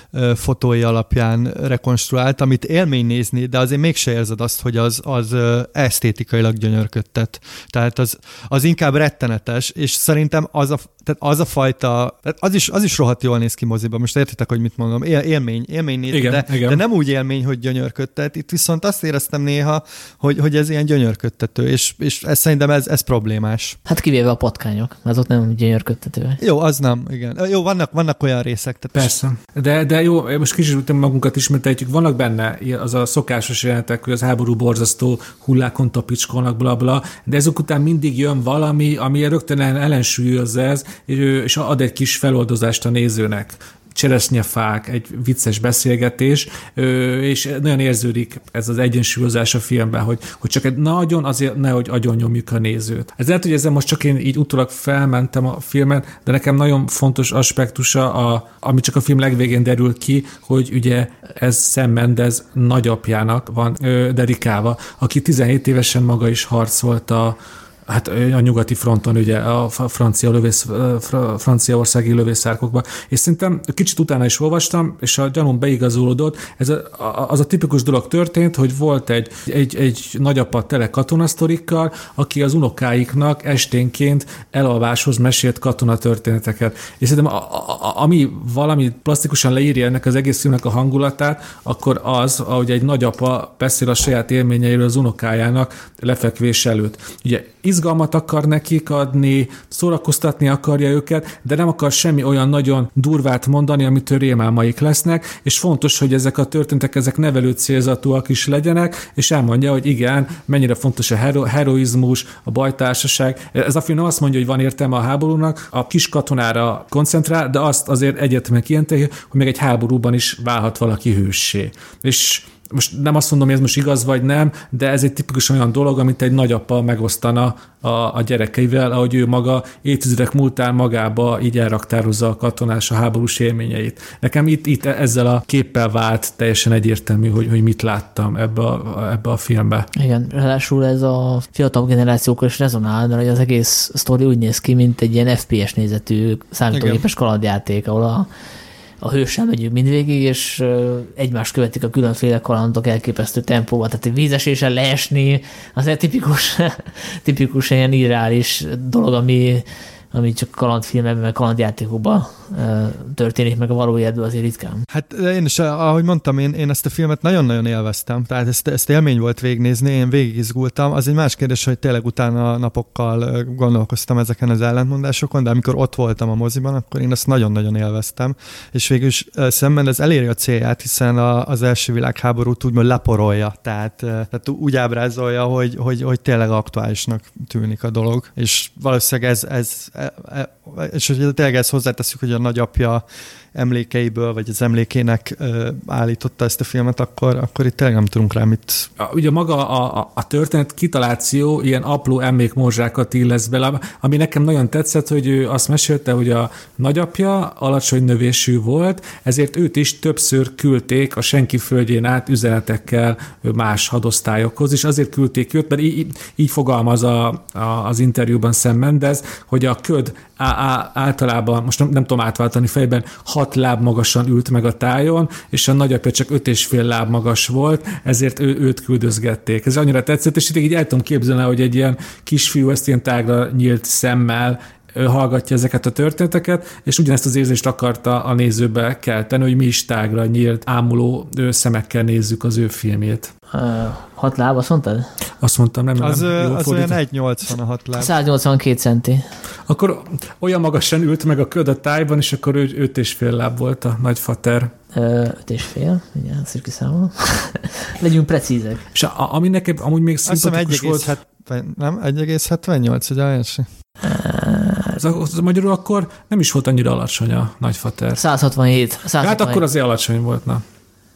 fotói alapján rekonstruált, amit élmény nézni, de azért mégse érzed azt, hogy az, az esztétikailag gyönyörködtet. Tehát az, az inkább rettenetes, és szerintem az a, tehát az a fajta, az is, az is rohadt jól néz ki moziba, most értitek, hogy mit mondom, Él, élmény, élmény nézni, igen, de, igen. de nem úgy élmény, hogy gyönyörködtet. Itt viszont azt éreztem néha, hogy, hogy ez ilyen gyönyörködtető, és, és ez, szerintem ez, ez problémás. Hát kivéve a patkányok, az ott nem gyönyörködtető. Jó, az nem, igen. Jó, vannak, vannak olyan részek. Tehát persze, de, de jó, most kicsit magunkat ismerteljük, vannak benne az a szokásos jelentek, hogy az háború borzasztó, hullákon tapicskolnak, bla bla, de ezek után mindig jön valami, ami rögtön ellensúlyozza ez, és ad egy kis feloldozást a nézőnek. Cseresznyefák, egy vicces beszélgetés, és nagyon érződik ez az egyensúlyozás a filmben, hogy, hogy csak egy nagyon azért nehogy agyon nyomjuk a nézőt. Ez lehet, hogy ezzel most csak én így utólag felmentem a filmen, de nekem nagyon fontos aspektusa, a, ami csak a film legvégén derül ki, hogy ugye ez Sam Mendes nagyapjának van ö, dedikálva, aki tizenhét évesen maga is harcolt a hát a nyugati fronton, ugye a francia lövész, franciaországi lövészárkokban. És szerintem kicsit utána is olvastam, és a gyanúm beigazolódott. Ez a, az a tipikus dolog történt, hogy volt egy, egy, egy nagyapa tele katonasztorikkal, aki az unokáiknak esténként elalváshoz mesélt katonatörténeteket. És szerintem a, a, ami valami plastikusan leírja ennek az egész filmnek a hangulatát, akkor az, ahogy egy nagyapa beszél a saját élményeiről az unokájának lefekvés előtt. Ugye izgalmat akar nekik adni, szórakoztatni akarja őket, de nem akar semmi olyan nagyon durvát mondani, amitől rémálmaik lesznek, és fontos, hogy ezek a történetek, ezek nevelő célzatúak is legyenek, és elmondja, hogy igen, mennyire fontos a hero, heroizmus, a bajtársaság. Ez a film nem azt mondja, hogy van értelme a háborúnak, a kis katonára koncentrál, de azt azért egyértelműen kijelenti, hogy még egy háborúban is válhat valaki hőssé. És most nem azt mondom, hogy ez most igaz vagy nem, de ez egy tipikus olyan dolog, amit egy nagyapa megosztana a, a gyerekeivel, ahogy ő maga évtizedek múltán magába így elraktározza a katonás, a háborús élményeit. Nekem itt, itt ezzel a képpel vált teljesen egyértelmű, hogy, hogy mit láttam ebbe a, ebbe a filmbe. Igen, ráadásul ez a fiatal generációkkal is rezonál, mert az egész sztori úgy néz ki, mint egy ilyen ef pé es nézetű számítógépes kalandjáték, ahol a a hőssel megyünk mindvégig, és egymást követik a különféle kalandok elképesztő tempóval, tehát egy vízesésen leesni, az egy tipikus, tipikus ilyen irreális dolog, ami, ami csak kalandfilmekben, meg kalandjátékokban történik, meg a való életben azért ritkán. Hát én is, ahogy mondtam, én, én ezt a filmet nagyon-nagyon élveztem, tehát ezt, ezt élmény volt végignézni, én végigizgultam. Az egy más kérdés, hogy tényleg utána napokkal gondolkoztam ezeken az ellentmondásokon, de amikor ott voltam a moziban, akkor én ezt nagyon-nagyon élveztem, és végül is szemben ez eléri a célját, hiszen a, az első világháborút úgymond leporolja, tehát, tehát úgy ábrázolja, hogy, hogy, hogy tényleg aktuálisnak tűnik a dolog, és valószínűleg ez, ez és hogy tényleg ezt hozzáteszünk, hogy a nagyapja emlékeiből, vagy az emlékének ö, állította ezt a filmet, akkor, akkor itt tényleg nem tudunk rá mit. Ugye maga a, a, a történet kitaláció ilyen apró emlékmorzsákat illesz bele, ami nekem nagyon tetszett, hogy ő azt mesélte, hogy a nagyapja alacsony növésű volt, ezért őt is többször küldték a senki földjén át üzenetekkel más hadosztályokhoz, és azért küldték őt, mert így, így fogalmaz a, a, az interjúban Sam Mendes, hogy a köd á, á, általában, most nem, nem tudom átváltani fejben, hat láb magasan ült meg a tájon, és a nagyapja csak öt és fél láb magas volt, ezért ő, őt küldözgették. Ez annyira tetszett, és így el tudom képzelni, hogy egy ilyen kisfiú ezt ilyen tágra nyílt szemmel hallgatja ezeket a történeteket, és ugyanezt az érzést akarta a nézőbe kelteni, hogy mi is tágra nyílt, ámuló szemekkel nézzük az ő filmjét. Uh, hat láb, azt mondtad? Azt mondtam, nem, az, nem. Az olyan egy nyolcvan a hat láb. száznyolcvankét centi. Akkor olyan magasan ült meg a köd a tájban, és akkor ő öt és fél láb volt a nagyfater. Öt és fél, ugye, azt is kiszámolom. Legyünk precízek. És a, ami nekem amúgy még szimpatikus volt... Nem, egy egész hetvennyolc, ugye Ajánsi? Az, az magyarul akkor nem is volt annyira alacsony a nagyfater. száz hatvanhét. száz hatvanhét. Hát akkor azért alacsony volt, na.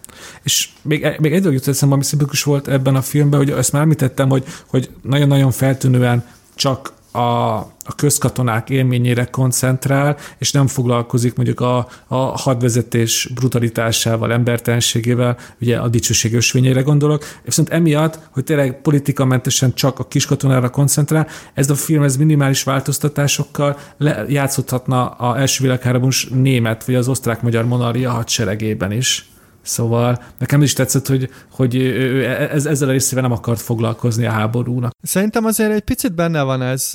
És még, még egy dolog jutott eszembe, ami szimpatikus volt ebben a filmben, hogy ezt már említettem, hogy, hogy nagyon-nagyon feltűnően csak a, a közkatonák élményére koncentrál, és nem foglalkozik mondjuk a, a hadvezetés brutalitásával, embertelenségével, ugye a dicsőség ösvényére gondolok, viszont emiatt, hogy tényleg politikamentesen csak a kiskatonára koncentrál, ez a film ez minimális változtatásokkal le, játszódhatna az első világháborús német, vagy az osztrák-magyar monarchia hadseregében is. Szóval nekem is tetszett, hogy, hogy ez, ezzel a részével nem akart foglalkozni a háborúnak. Szerintem azért egy picit benne van ez,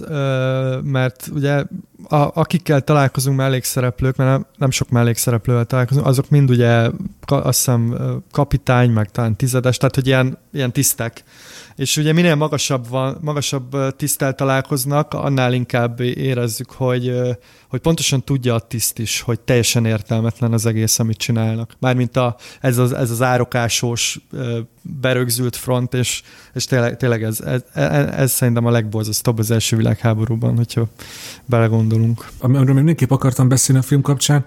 mert ugye a, akikkel találkozunk mellékszereplők, mert nem, nem sok mellékszereplővel találkozunk, azok mind ugye azt hiszem kapitány, meg talán tizedes, tehát hogy ilyen, ilyen tisztek. És ugye minél magasabb, van, magasabb tiszttel találkoznak, annál inkább érezzük, hogy, hogy pontosan tudja a tiszt is, hogy teljesen értelmetlen az egész, amit csinálnak. Mármint a, ez, az, ez az árokásós, berögzült front, és, és tényleg, tényleg ez, ez, ez, ez szerintem a legborzasztóbb az első világháborúban, hogyha belegondolunk. Amiről még mindenképp akartam beszélni a film kapcsán,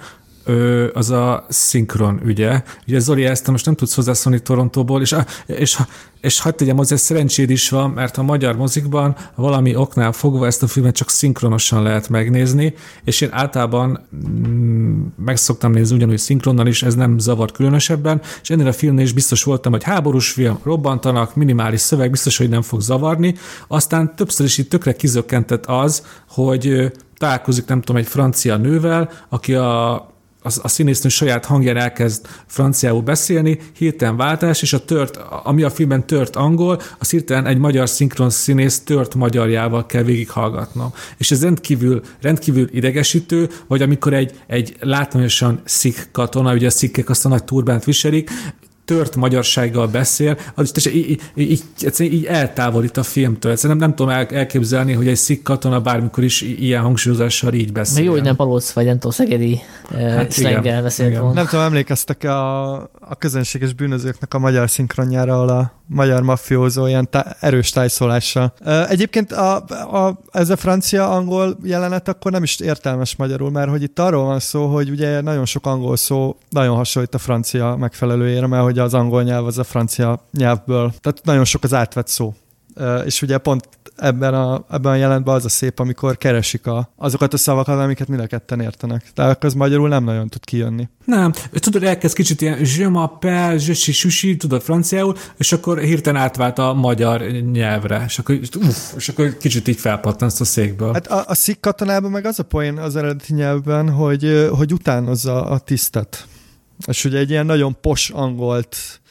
az a szinkron ügye. Ugye Zoli, ezt most nem tudsz hozzászólni Torontóból, és, és, és hadd tegyem hozzá, szerencséd is van, mert a magyar mozikban valami oknál fogva ezt a filmet csak szinkronosan lehet megnézni, és én általában mm, meg szoktam nézni ugyanúgy szinkronnal is, ez nem zavart különösebben, és ennél a filmnél is biztos voltam, hogy háborús film, robbantanak, minimális szöveg, biztos, hogy nem fog zavarni. Aztán többször is itt tökre kizökkentett az, hogy találkozik, nem tudom, egy francia nővel, aki a a színésznő saját hangján elkezd franciául beszélni, hirtelen váltás, és a tört, ami a filmben tört angol, az hirtelen egy magyar szinkron színész tört magyarjával kell végighallgatnom. És ez rendkívül, rendkívül idegesítő, vagy amikor egy, egy látványosan szik katona, ugye a szikkek azt a nagy turbánt viselik, tört magyarsággal beszél, az így, így, így, így eltávolít a filmtől. Egyszerűen nem, nem tudom el, elképzelni, hogy egy szik katona bármikor is ilyen hangsúlyozással így beszél. Még jó, hogy nem Palóc vagy, nem tudom, szegedi hát szlenggel beszélt volna. Nem tudom, emlékeztek a, a közönséges bűnözőknek a magyar szinkronjára, ahol a magyar maffiózó ilyen tá- erős tájszólással. Egyébként a, a, ez a francia-angol jelenet akkor nem is értelmes magyarul, mert hogy itt arról van szó, hogy ugye nagyon sok angol szó nagyon hasonlít a francia megfelelőjére, mert hogy az angol nyelv az a francia nyelvből. Tehát nagyon sok az átvett szó. És ugye pont ebben a, ebben a jelentben az a szép, amikor keresik a, azokat a szavakat, amiket mind a ketten értenek. Tehát az magyarul nem nagyon tud kijönni. Nem. Tudod, elkezd kicsit ilyen je m'appelle, je suis sushi, tudod franciául, és akkor hirtelen átvált a magyar nyelvre, és akkor, uff, és akkor kicsit így felpattansz a székből. Hát a, a szik katonában meg az a poén az eredeti nyelvben, hogy, hogy utánozza a tisztet. És ugye egy ilyen nagyon pos angolt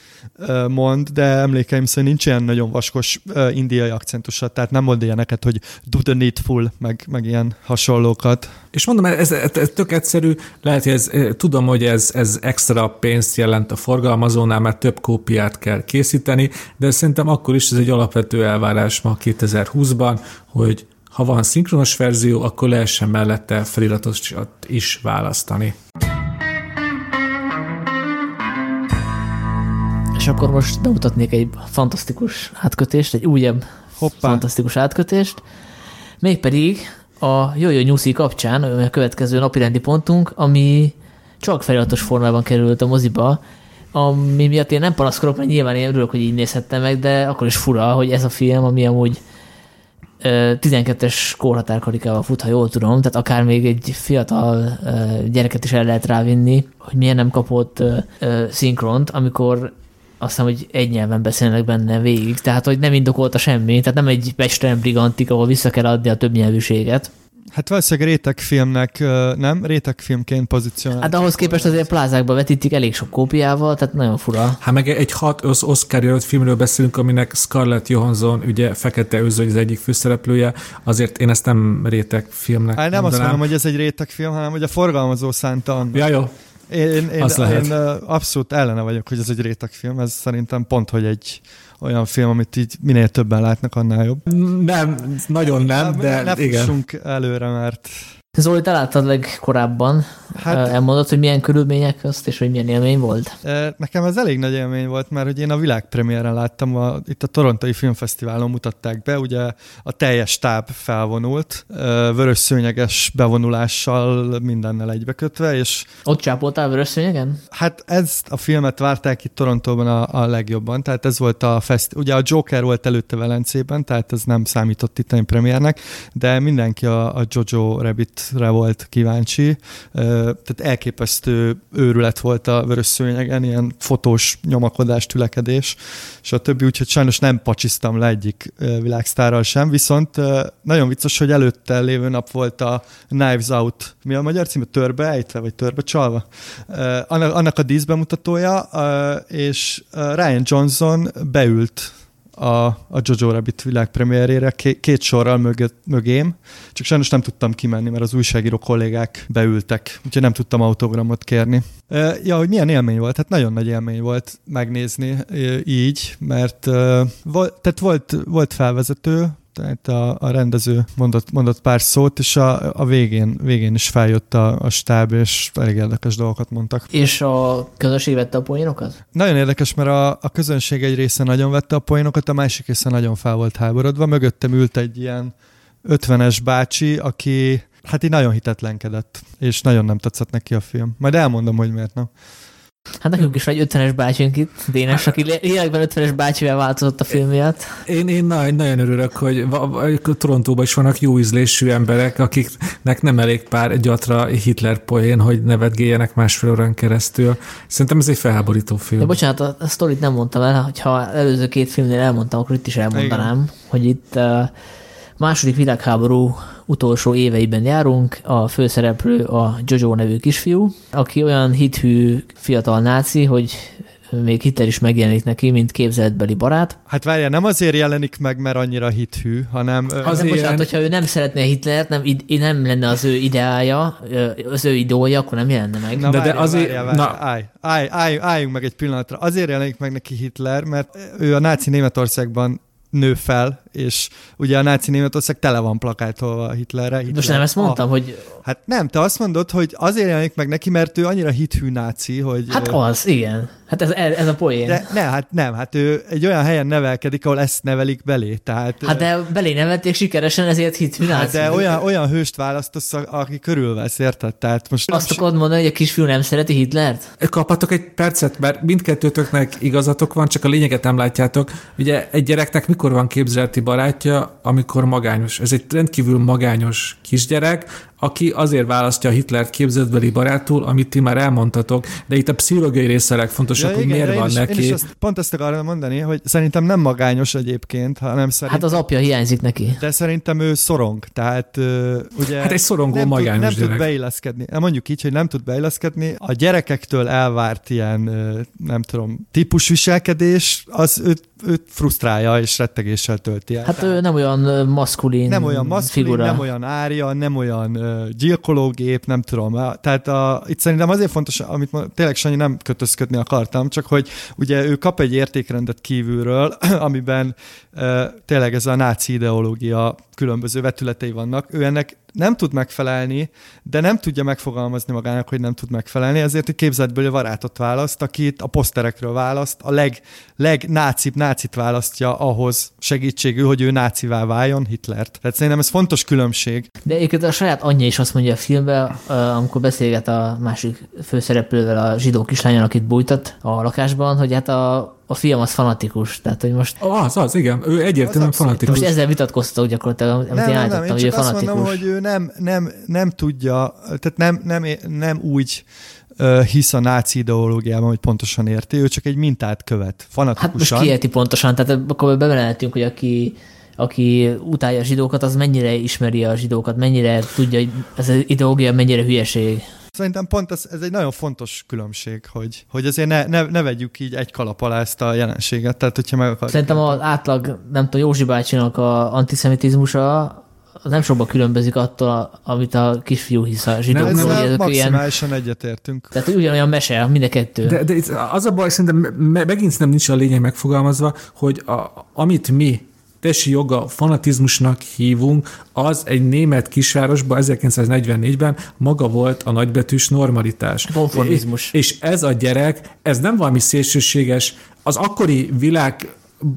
mond, de emlékeim szerint nincs ilyen nagyon vaskos uh, indiai akcentusa, tehát nem mond ilyeneket, hogy do the needful, meg, meg ilyen hasonlókat. És mondom, ez, ez, ez tök egyszerű, lehet, hogy ez, tudom, hogy ez, ez extra pénzt jelent a forgalmazónál, mert több kópiát kell készíteni, de szerintem akkor is ez egy alapvető elvárás ma kétezer-húszban, hogy ha van szinkronos verzió, akkor lehessen mellette feliratot is választani. És akkor most bemutatnék egy fantasztikus átkötést, egy újabb Hoppá. fantasztikus átkötést, mégpedig a Jó-Jó Nyuszi kapcsán, a következő napirendi pontunk, ami csak feliratos formában került a moziba, ami miatt én nem panaszkodok, mert nyilván én örülök, hogy így nézhettem meg, de akkor is fura, hogy ez a film, ami amúgy tizenkettes korhatárkarikával fut, ha jól tudom, tehát akár még egy fiatal gyereket is el lehet rávinni, hogy milyen nem kapott szinkront, amikor azt hiszem, hogy egy nyelven beszélnek benne végig, tehát hogy nem indokolta semmi, tehát nem egy Pestelen Brigantik, ahol vissza kell adni a többnyelvűséget. Hát valószínűleg rétegfilmnek, nem? Rétegfilmként pozícionál. Hát ahhoz képest azért plázákba vetítik elég sok kópiával, tehát nagyon fura. Hát meg egy hat Oscar jelölt filmről beszélünk, aminek Scarlett Johansson, ugye Fekete Őző az egyik főszereplője, azért én ezt nem rétegfilmnek hát nem mondanám. azt mondom, hogy ez egy rétegfilm, hanem hogy a forgalmazó szánta annak. Ja, jó. Én, én, én, én abszolút ellene vagyok, hogy ez egy rétegfilm, ez szerintem pont, hogy egy olyan film, amit így minél többen látnak, annál jobb. Nem, nagyon nem, de ne igen. fussunk előre, mert... Zoli, te láttad legkorábban, hát, elmondod, hogy milyen körülmények közt, és hogy milyen élmény volt? Nekem ez elég nagy élmény volt, mert hogy én a világpremiéren láttam, a, itt a Torontói Filmfesztiválon mutatták be, ugye a teljes stáb felvonult, vörös szőnyeges bevonulással mindennel egybekötve, és... Ott csápoltál vörös szőnyegen? Hát ezt a filmet várták itt Torontóban a, a legjobban, tehát ez volt a fest... Ugye a Joker volt előtte Velencében, tehát ez nem számított itt a premiérnek, de mindenki a, a Jojo Rabbit volt kíváncsi. Tehát elképesztő őrület volt a vörös szőnyegen, ilyen fotós nyomakodás, tülekedés, és a többi, úgyhogy sajnos nem pacsiztam le egyik világsztárral sem, viszont nagyon vicces, hogy előtte lévő nap volt a Knives Out, mi a magyar címe? Törbe ejtve, vagy törbe csalva? Annak a díszbemutatója, és Rian Johnson beült a, a Jojo Rabbit világpremiérére két sorral mögött, mögém, csak sajnos nem tudtam kimenni, mert az újságíró kollégák beültek, úgyhogy nem tudtam autogramot kérni. Ja, hogy milyen élmény volt? Hát nagyon nagy élmény volt megnézni így, mert tehát volt, volt felvezető, tehát a, a rendező mondott, mondott pár szót, és a, a végén, végén is feljött a, a stáb, és elég érdekes dolgokat mondtak. És a közönség vette a poénokat? Nagyon érdekes, mert a, a közönség egy része nagyon vette a poénokat, a másik része nagyon fel volt háborodva. Mögöttem ült egy ilyen ötvenes bácsi, aki hát így nagyon hitetlenkedett, és nagyon nem tetszett neki a film. Majd elmondom, hogy miért nem. Hát nekünk is egy ötvenes bácsink itt, Dénes, aki lélekben ötvenes bácsivel változott a film miatt. Én, én nagyon örülök, hogy Torontóban is vannak jó ízlésű emberek, akiknek nem elég pár gyatra Hitler poén, hogy nevetgéljenek másfél órán keresztül. Szerintem ez egy felháborító film. De bocsánat, a, a sztorit nem mondtam el, hogyha előző két filmnél elmondtam, akkor itt is elmondanám, igen, hogy itt uh, második világháború utolsó éveiben járunk, a főszereplő a Jojo nevű kisfiú, aki olyan hithű fiatal náci, hogy még Hitler is megjelenik neki, mint képzeletbeli barát. Hát várjál, nem azért jelenik meg, mert annyira hithű, hanem... Az de bocsánat, hogyha ő nem szeretné Hitlert, nem, nem lenne az ő ideája, az ő idója, akkor nem jelenne meg. Na, de, várjál, de azért... Várjál, várjál, na. Állj, állj, állj, álljunk meg egy pillanatra. Azért jelenik meg neki Hitler, mert ő a náci Németországban nő fel, és ugye a náci Németország tele van plakátolva Hitlerre. Hitler. Most nem ezt mondtam, a... hogy... Hát nem, te azt mondod, hogy azért jelenik meg neki, mert ő annyira hithű náci, hogy... Hát az, igen. Hát ez, ez a poén. De ne, hát nem, hát ő egy olyan helyen nevelkedik, ahol ezt nevelik belé, tehát... Hát de belé nevelték sikeresen, ezért hithű náci. Hát de olyan, olyan hőst választasz, aki körülvesz, érted? Tehát most... Azt akarod mondani, hogy a kisfiú nem szereti Hitlert? Kaphatok egy percet, mert mindkettőtöknek igazatok van, csak a lényeget nem látjátok. Ugye egy gyereknek mikor van képzeleti barátja, amikor magányos. Ez egy rendkívül magányos kisgyerek, aki azért választja a Hitlert képzeletbeli barátul, amit ti már elmondtatok, de itt a pszichológiai része a legfontosabb, ja, hogy igen, miért van is, neki. Én is azt, pont ezt akarom mondani, hogy szerintem nem magányos egyébként, hanem szerintem... Hát az apja hiányzik neki. De szerintem ő szorong, tehát uh, ugye... Hát egy szorongó nem magányos tud, Nem gyerek. tud beilleszkedni. Mondjuk így, hogy nem tud beilleszkedni. A gyerekektől elvárt ilyen, uh, nem tudom, típusviselkedés, az őt, őt frusztrálja és rettegéssel tölti el. Hát ő nem olyan maszkulin Nem olyan maszkulin, figura. nem olyan árja, nem olyan uh, gyilkológép, nem tudom. Tehát a, itt szerintem azért fontos, amit ma, tényleg Sanyi nem kötözködni akartam, csak hogy ugye ő kap egy értékrendet kívülről, amiben uh, tényleg ez a náci ideológia különböző vetületei vannak. Ő ennek nem tud megfelelni, de nem tudja megfogalmazni magának, hogy nem tud megfelelni, ezért egy képzeletbeli barátot választ, akit a poszterekről választ, a leg, legnácibb nácit választja ahhoz segítségül, hogy ő nácivá váljon, Hitlert. Tehát szerintem ez fontos különbség. De egyébként a saját anyja is azt mondja a filmben, amikor beszélget a másik főszereplővel, a zsidó kislányon, akit bújtat a lakásban, hogy hát a a film az fanatikus, tehát hogy most... Az, az, igen, ő egyértelműen fanatikus. Most ezzel vitatkoztatok gyakorlatilag, amit nem, én nem, állítottam, nem, hogy ő fanatikus. Azt mondom, hogy ő nem, nem, nem tudja, tehát nem, nem, nem úgy uh, hisz a náci ideológiában, hogy pontosan érti, ő csak egy mintát követ, fanatikusan. Hát most ki érti pontosan, tehát akkor beveletünk, hogy aki aki utálja a zsidókat, az mennyire ismeri a zsidókat, mennyire tudja, hogy ez az ideológia mennyire hülyeség. Szerintem pont ez, ez egy nagyon fontos különbség, hogy, hogy azért ne, ne, ne vegyük így egy kalap alá ezt a jelenséget. Tehát, hogyha meg akarjuk... Szerintem az átlag, nem tudom, Józsi bácsinak a antiszemitizmusa az nem sokban különbözik attól, amit a kisfiú hisz a zsidókról. Nem, ezzel maximálisan ilyen... egyetértünk. Tehát ugyanolyan mese, mind a kettő. De, de az a baj, szerintem megint nem nincs a lényeg megfogalmazva, hogy a, amit mi tesi joga fanatizmusnak hívunk, az egy német kisvárosban ezerkilencszáznegyvennégyben maga volt a nagybetűs normalitás. Konformizmus. És, és ez a gyerek, ez nem valami szélsőséges, az akkori világ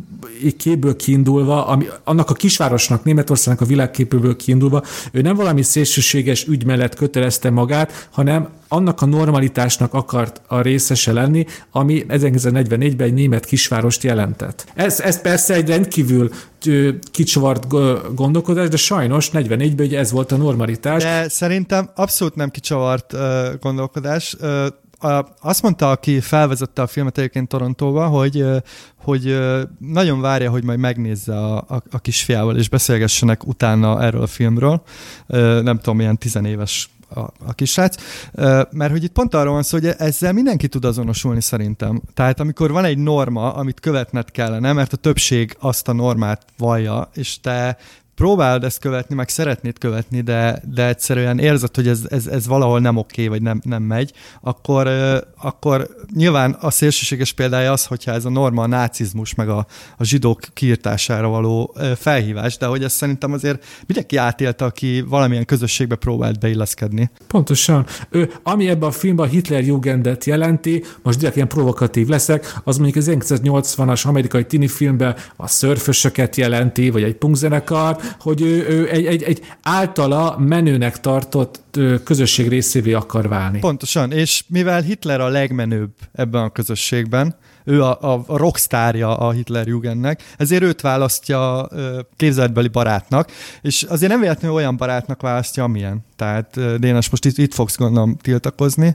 képből kiindulva, ami, annak a kisvárosnak, Németországnak a világképből kiindulva, ő nem valami szélsőséges ügy mellett kötelezte magát, hanem annak a normalitásnak akart a részese lenni, ami ezerkilencszáznegyvennégyben egy német kisvárost jelentett. Ez, ez persze egy rendkívül kicsavart gondolkodás, de sajnos negyvennégyben ugye ez volt a normalitás. De szerintem abszolút nem kicsavart uh, gondolkodás. Uh, A, azt mondta, aki felvezette a filmet egyébként Torontóba, hogy, hogy nagyon várja, hogy majd megnézze a, a, a kisfiával, és beszélgessenek utána erről a filmről. Nem tudom, ilyen tizenéves a, a kisrác, mert hogy itt pont arról van szó, hogy ezzel mindenki tud azonosulni szerintem. Tehát amikor van egy norma, amit követned kellene, mert a többség azt a normát vallja, és te próbáld ezt követni, meg szeretnéd követni, de, de egyszerűen érzed, hogy ez, ez, ez valahol nem oké, vagy nem, nem megy, akkor, akkor nyilván a szélsőséges példája az, hogyha ez a norma a nácizmus, meg a, a zsidók kiirtására való felhívás, de hogy ezt szerintem azért mindenki átélte, aki valamilyen közösségbe próbált beilleszkedni. Pontosan. Ő, ami ebben a filmben a Hitlerjugendet jelenti, most direkt ilyen provokatív leszek, az mondjuk az ezerkilencszáznyolcvanas amerikai tini filmben a szörfösöket jelenti, vagy egy punkzenekar, hogy ő, ő egy, egy, egy általa menőnek tartott közösség részévé akar válni. Pontosan, és mivel Hitler a legmenőbb ebben a közösségben, ő a, a rockstárja a Hitlerjugendnek, ezért őt választja képzeletbeli barátnak, és azért nem véletlenül olyan barátnak választja, amilyen. Tehát Dénes, most itt, itt fogsz gondolom tiltakozni,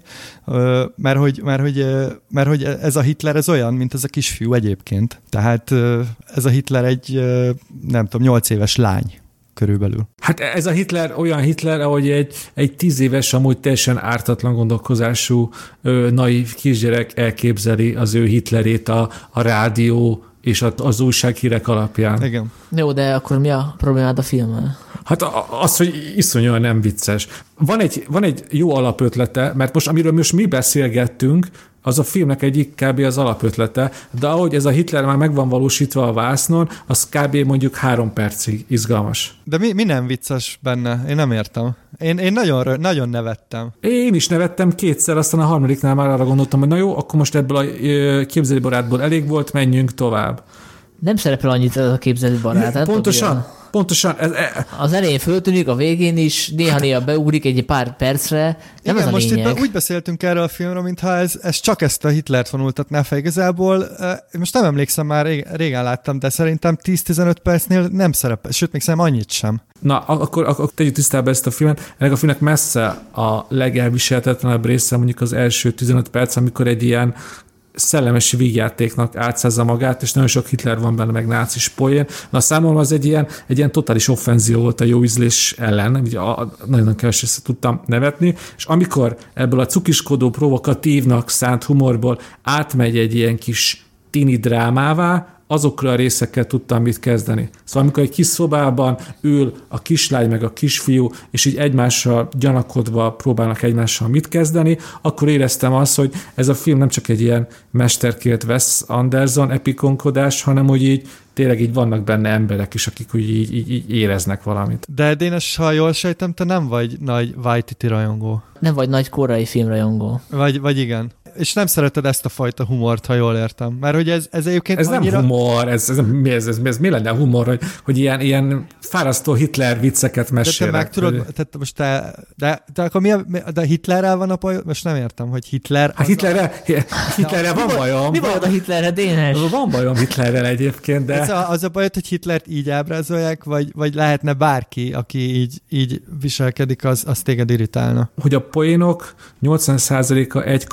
mert hogy, mert, hogy, mert hogy ez a Hitler ez olyan, mint ez a kisfiú egyébként. Tehát ez a Hitler egy, nem tudom, nyolc éves lány körülbelül. Hát ez a Hitler olyan Hitler, ahogy egy, egy tíz éves, amúgy teljesen ártatlan gondolkozású ö, naív kisgyerek elképzeli az ő Hitlerét a, a rádió és az újsághírek alapján. Igen. Jó, de akkor mi a problémád a filmmel? Hát az, hogy iszonyúan nem vicces. Van egy, van egy jó alapötlete, mert most amiről most mi beszélgettünk, az a filmnek egyik kb. Az alapötlete, de ahogy ez a Hitler már meg van valósítva a vásznon, az kb. Mondjuk három percig izgalmas. De mi, mi nem vicces benne? Én nem értem. Én, én nagyon, nagyon nevettem. Én is nevettem kétszer, aztán a harmadiknál már arra gondoltam, hogy na jó, akkor most ebből a képzelőbarátból elég volt, menjünk tovább. Nem szerepel annyit ez a képzelőbarát. Hát pontosan. Pontosan. Ez, e... Az elején föltűnik, a végén is, néha-néha beugrik egy pár percre. Nem igen, ez a most lényeg. Itt úgy beszéltünk erről a filmről, mintha ez, ez csak ezt a Hitlert vonultatná fel igazából. Most nem emlékszem, már régen láttam, de szerintem tíz-tizenöt percnél nem szerepel, sőt, még szerintem annyit sem. Na, akkor, akkor tegyük tisztába ezt a filmet. Ennek a filmnek messze a legelviselhetetlenebb része mondjuk az első tizenöt perc, amikor egy ilyen szellemes vígjátéknak átszázza magát, és nagyon sok Hitler van benne, meg nácis poén. Na számomra az egy ilyen, egy ilyen totális offenzió volt a jó ízlés ellen, ugye nagyon kevés tudtam nevetni, és amikor ebből a cukiskodó, provokatívnak szánt humorból átmegy egy ilyen kis tini drámává, azokra a részekkel tudtam mit kezdeni. Szóval amikor egy kis szobában ül a kislány meg a kisfiú, és így egymással gyanakodva próbálnak egymással mit kezdeni, akkor éreztem azt, hogy ez a film nem csak egy ilyen mesterkélt Wes Anderson epikonkodás, hanem hogy így tényleg így vannak benne emberek is, akik úgy így, így, így éreznek valamit. De Dénes, ha jól sejtem, te nem vagy nagy Waititi rajongó. Nem vagy nagy koreai filmrajongó. Vagy, vagy igen. És nem szereted ezt a fajta humort, ha jól értem. Mert hogy ez, ez egyébként Ez annyira... nem humor, ez, ez, ez, ez, ez, ez mi lenne humor, hogy, hogy ilyen, ilyen fárasztó Hitler vicceket mesélnek. De te meg tudod, tehát most te, de, de akkor mi a, de Hitlerrel van a baj? Most nem értem, hogy Hitler... Hát Hitlerrel, Hitlerrel van bajom. Mi bajod a Hitlerre, Dénes? Van bajom Hitlerrel egyébként, de... Ez a, az a baj, hogy Hitlert így ábrázolják, vagy, vagy lehetne bárki, aki így, így viselkedik, az, az téged irritálna. Hogy a poénok nyolcvan százaléka egy kapta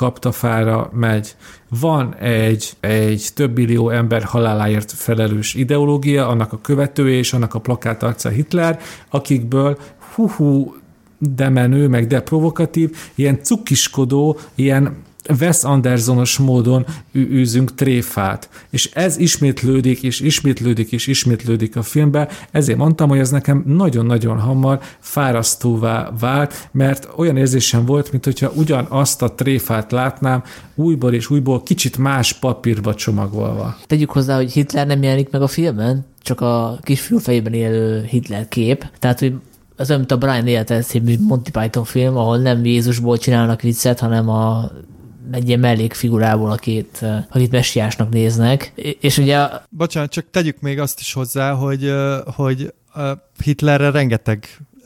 tréfára megy. Van egy, egy több millió ember haláláért felelős ideológia, annak a követője és annak a plakátarca Hitler, akikből hú-hú, de menő, meg de provokatív, ilyen cukiskodó, ilyen Wes Andersonos módon űzünk tréfát. És ez ismétlődik, és ismétlődik, és ismétlődik a filmben. Ezért mondtam, hogy ez nekem nagyon-nagyon hamar fárasztóvá vált, mert olyan érzésem volt, mint hogyha ugyanazt a tréfát látnám újból és újból kicsit más papírba csomagolva. Tegyük hozzá, hogy Hitler nem jelenik meg a filmben, csak a kisfiú fejében élő Hitler kép. Tehát, hogy az olyan, mint a Brian Élete című Monty Python film, ahol nem Jézusból csinálnak viccet, hanem a egy ilyen mellékfigurából, akit, akit messiásnak néznek. És ugye... Bocsánat, csak tegyük még azt is hozzá, hogy, hogy Hitlerre rengeteg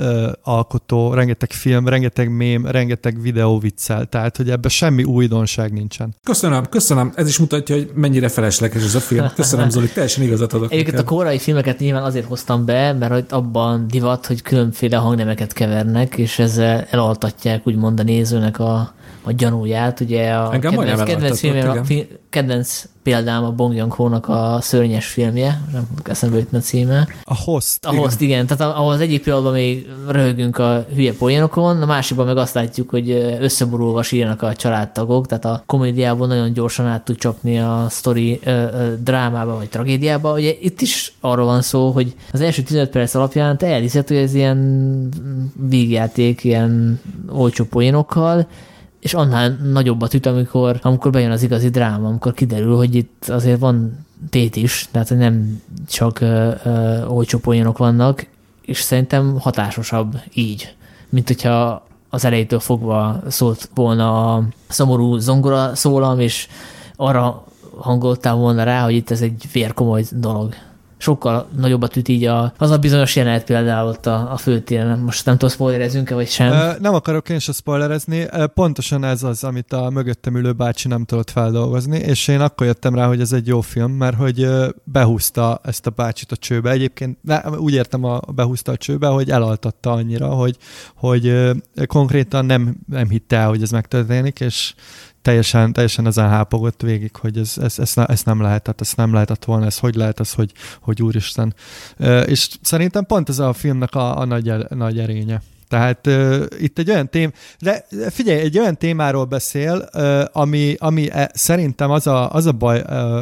alkotó, rengeteg film, rengeteg mém, rengeteg videó viccel, tehát hogy ebben semmi újdonság nincsen. Köszönöm, köszönöm. Ez is mutatja, hogy mennyire felesleges ez a film. Köszönöm, Zoli, teljesen igazat adok. Egyébként a korai filmeket nyilván azért hoztam be, mert abban divat, hogy különféle hangnemeket kevernek, és ezzel elaltatják úgymond a nézőnek a, a gyanúját. Ugye a Engem kedvenc, kedvenc, filmje, a fi, kedvenc példám a Bong Joon-ho-nak a Szörnyes filmje, nem tudok eszembe jutni a címe. A Host. A Host, igen. igen. Tehát ahol az egyik pillanatban még röhögünk a hülye poénokon, a másikban meg azt látjuk, hogy összeborulva sírnak a családtagok, tehát a komédiából nagyon gyorsan át tud csapni a sztori ö, ö, drámába vagy tragédiába. Ugye itt is arról van szó, hogy az első tizenöt perc alapján te elhiszed, hogy ez ilyen vígjáték, ilyen olcsó poénokkal, és annál nagyobbat üt, amikor, amikor bejön az igazi dráma, amikor kiderül, hogy itt azért van tét is, tehát nem csak ö, ö, olcsó poénok vannak, és szerintem hatásosabb így, mint hogyha az elejétől fogva szólt volna a szomorú zongora szólam, és arra hangoltál volna rá, hogy itt ez egy vérkomoly dolog. Sokkal nagyobbat üt így a, az a bizonyos jelenet például ott a, a főtéren. Most nem tudom, spoilerezünk-e, vagy sem? Uh, nem akarok én se spoilerezni. Uh, pontosan ez az, amit a mögöttem ülő bácsi nem tudott feldolgozni, és én akkor jöttem rá, hogy ez egy jó film, mert hogy uh, behúzta ezt a bácsit a csőbe. Egyébként ne, úgy értem, a behúzta a csőbe, hogy elaltatta annyira, hogy, hogy uh, konkrétan nem, nem hitte el, hogy ez megtörténik, és teljesen, teljesen ezen hápogott végig, hogy ez, ez, ez, ez nem lehetett, ez nem lehetett volna, ez hogy lehet az, hogy, hogy úristen. Uh, és szerintem pont ez a filmnek a, a nagy, nagy erénye. Tehát uh, itt egy olyan tém, de figyelj, egy olyan témáról beszél, uh, ami, ami uh, szerintem az a, az a baj uh,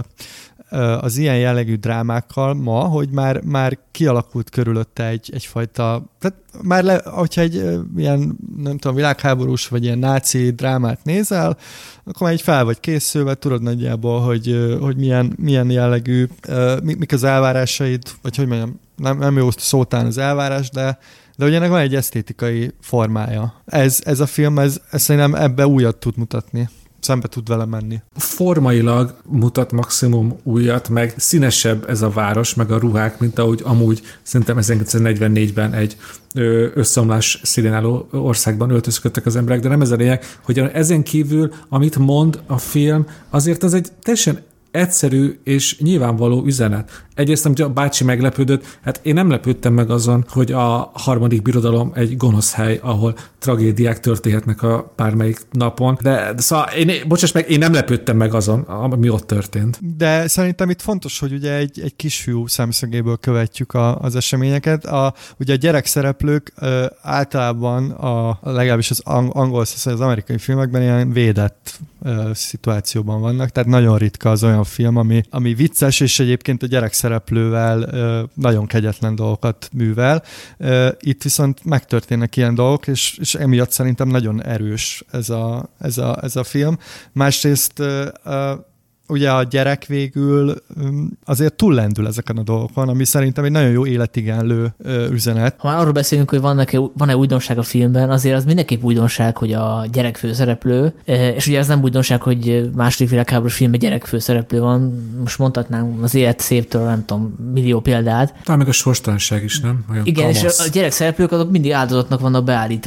az ilyen jellegű drámákkal ma, hogy már, már kialakult körülötte egy, egyfajta, tehát már le, hogyha egy ilyen, nem tudom, világháborús vagy ilyen náci drámát nézel, akkor már egy fel vagy készülve, tudod nagyjából, hogy, hogy milyen, milyen jellegű, mik az elvárásaid, vagy hogy mondjam, nem, nem jó szótán az elvárás, de de ugye ennek van egy esztétikai formája. Ez, ez a film, ez, ez szerintem ebbe újat tud mutatni. Szembe tud vele menni. Formailag mutat maximum újat, meg színesebb ez a város, meg a ruhák, mint ahogy amúgy szerintem ezerkilencszáznegyvennégyben egy összeomlás szélén álló országban öltözködtek az emberek, de nem ez a lényeg, hogy ezen kívül, amit mond a film, azért az egy teljesen egyszerű és nyilvánvaló üzenet. Egyrészt, amit a bácsi meglepődött, hát én nem lepődtem meg azon, hogy a harmadik birodalom egy gonosz hely, ahol tragédiák történhetnek a bármelyik napon, de, de szóval én, bocsáss meg, én nem lepődtem meg azon, ami ott történt. De szerintem itt fontos, hogy ugye egy, egy kisfiú szemszögéből követjük a, az eseményeket. A, ugye a gyerekszereplők ö, általában a, legalábbis az angol, az amerikai filmekben ilyen védett ö, szituációban vannak, tehát nagyon ritka az olyan film, ami, ami vicces, és egyébként a gyerekszereplővel ö, nagyon kegyetlen dolgokat művel. Ö, itt viszont megtörténnek ilyen dolgok, és, és emiatt szerintem nagyon erős ez a, ez a, ez a film. Másrészt ö, ö, ugye a gyerek végül azért túllendül ezeken a dolgokon, ami szerintem egy nagyon jó életigenlő üzenet. Ha már arról beszélünk, hogy vannak-e, van-e újdonság a filmben, azért az mindenképp újdonság, hogy a gyerek főszereplő, és ugye ez nem újdonság, hogy második világháborús filmben gyerek főszereplő van, most mondhatnánk az Élet széptől, nem tudom, millió példát. Talán meg a sorstalanság is, nem? Olyan igen, kamasz. És a gyerek szereplők azok mindig áldozatnak vannak beállítva,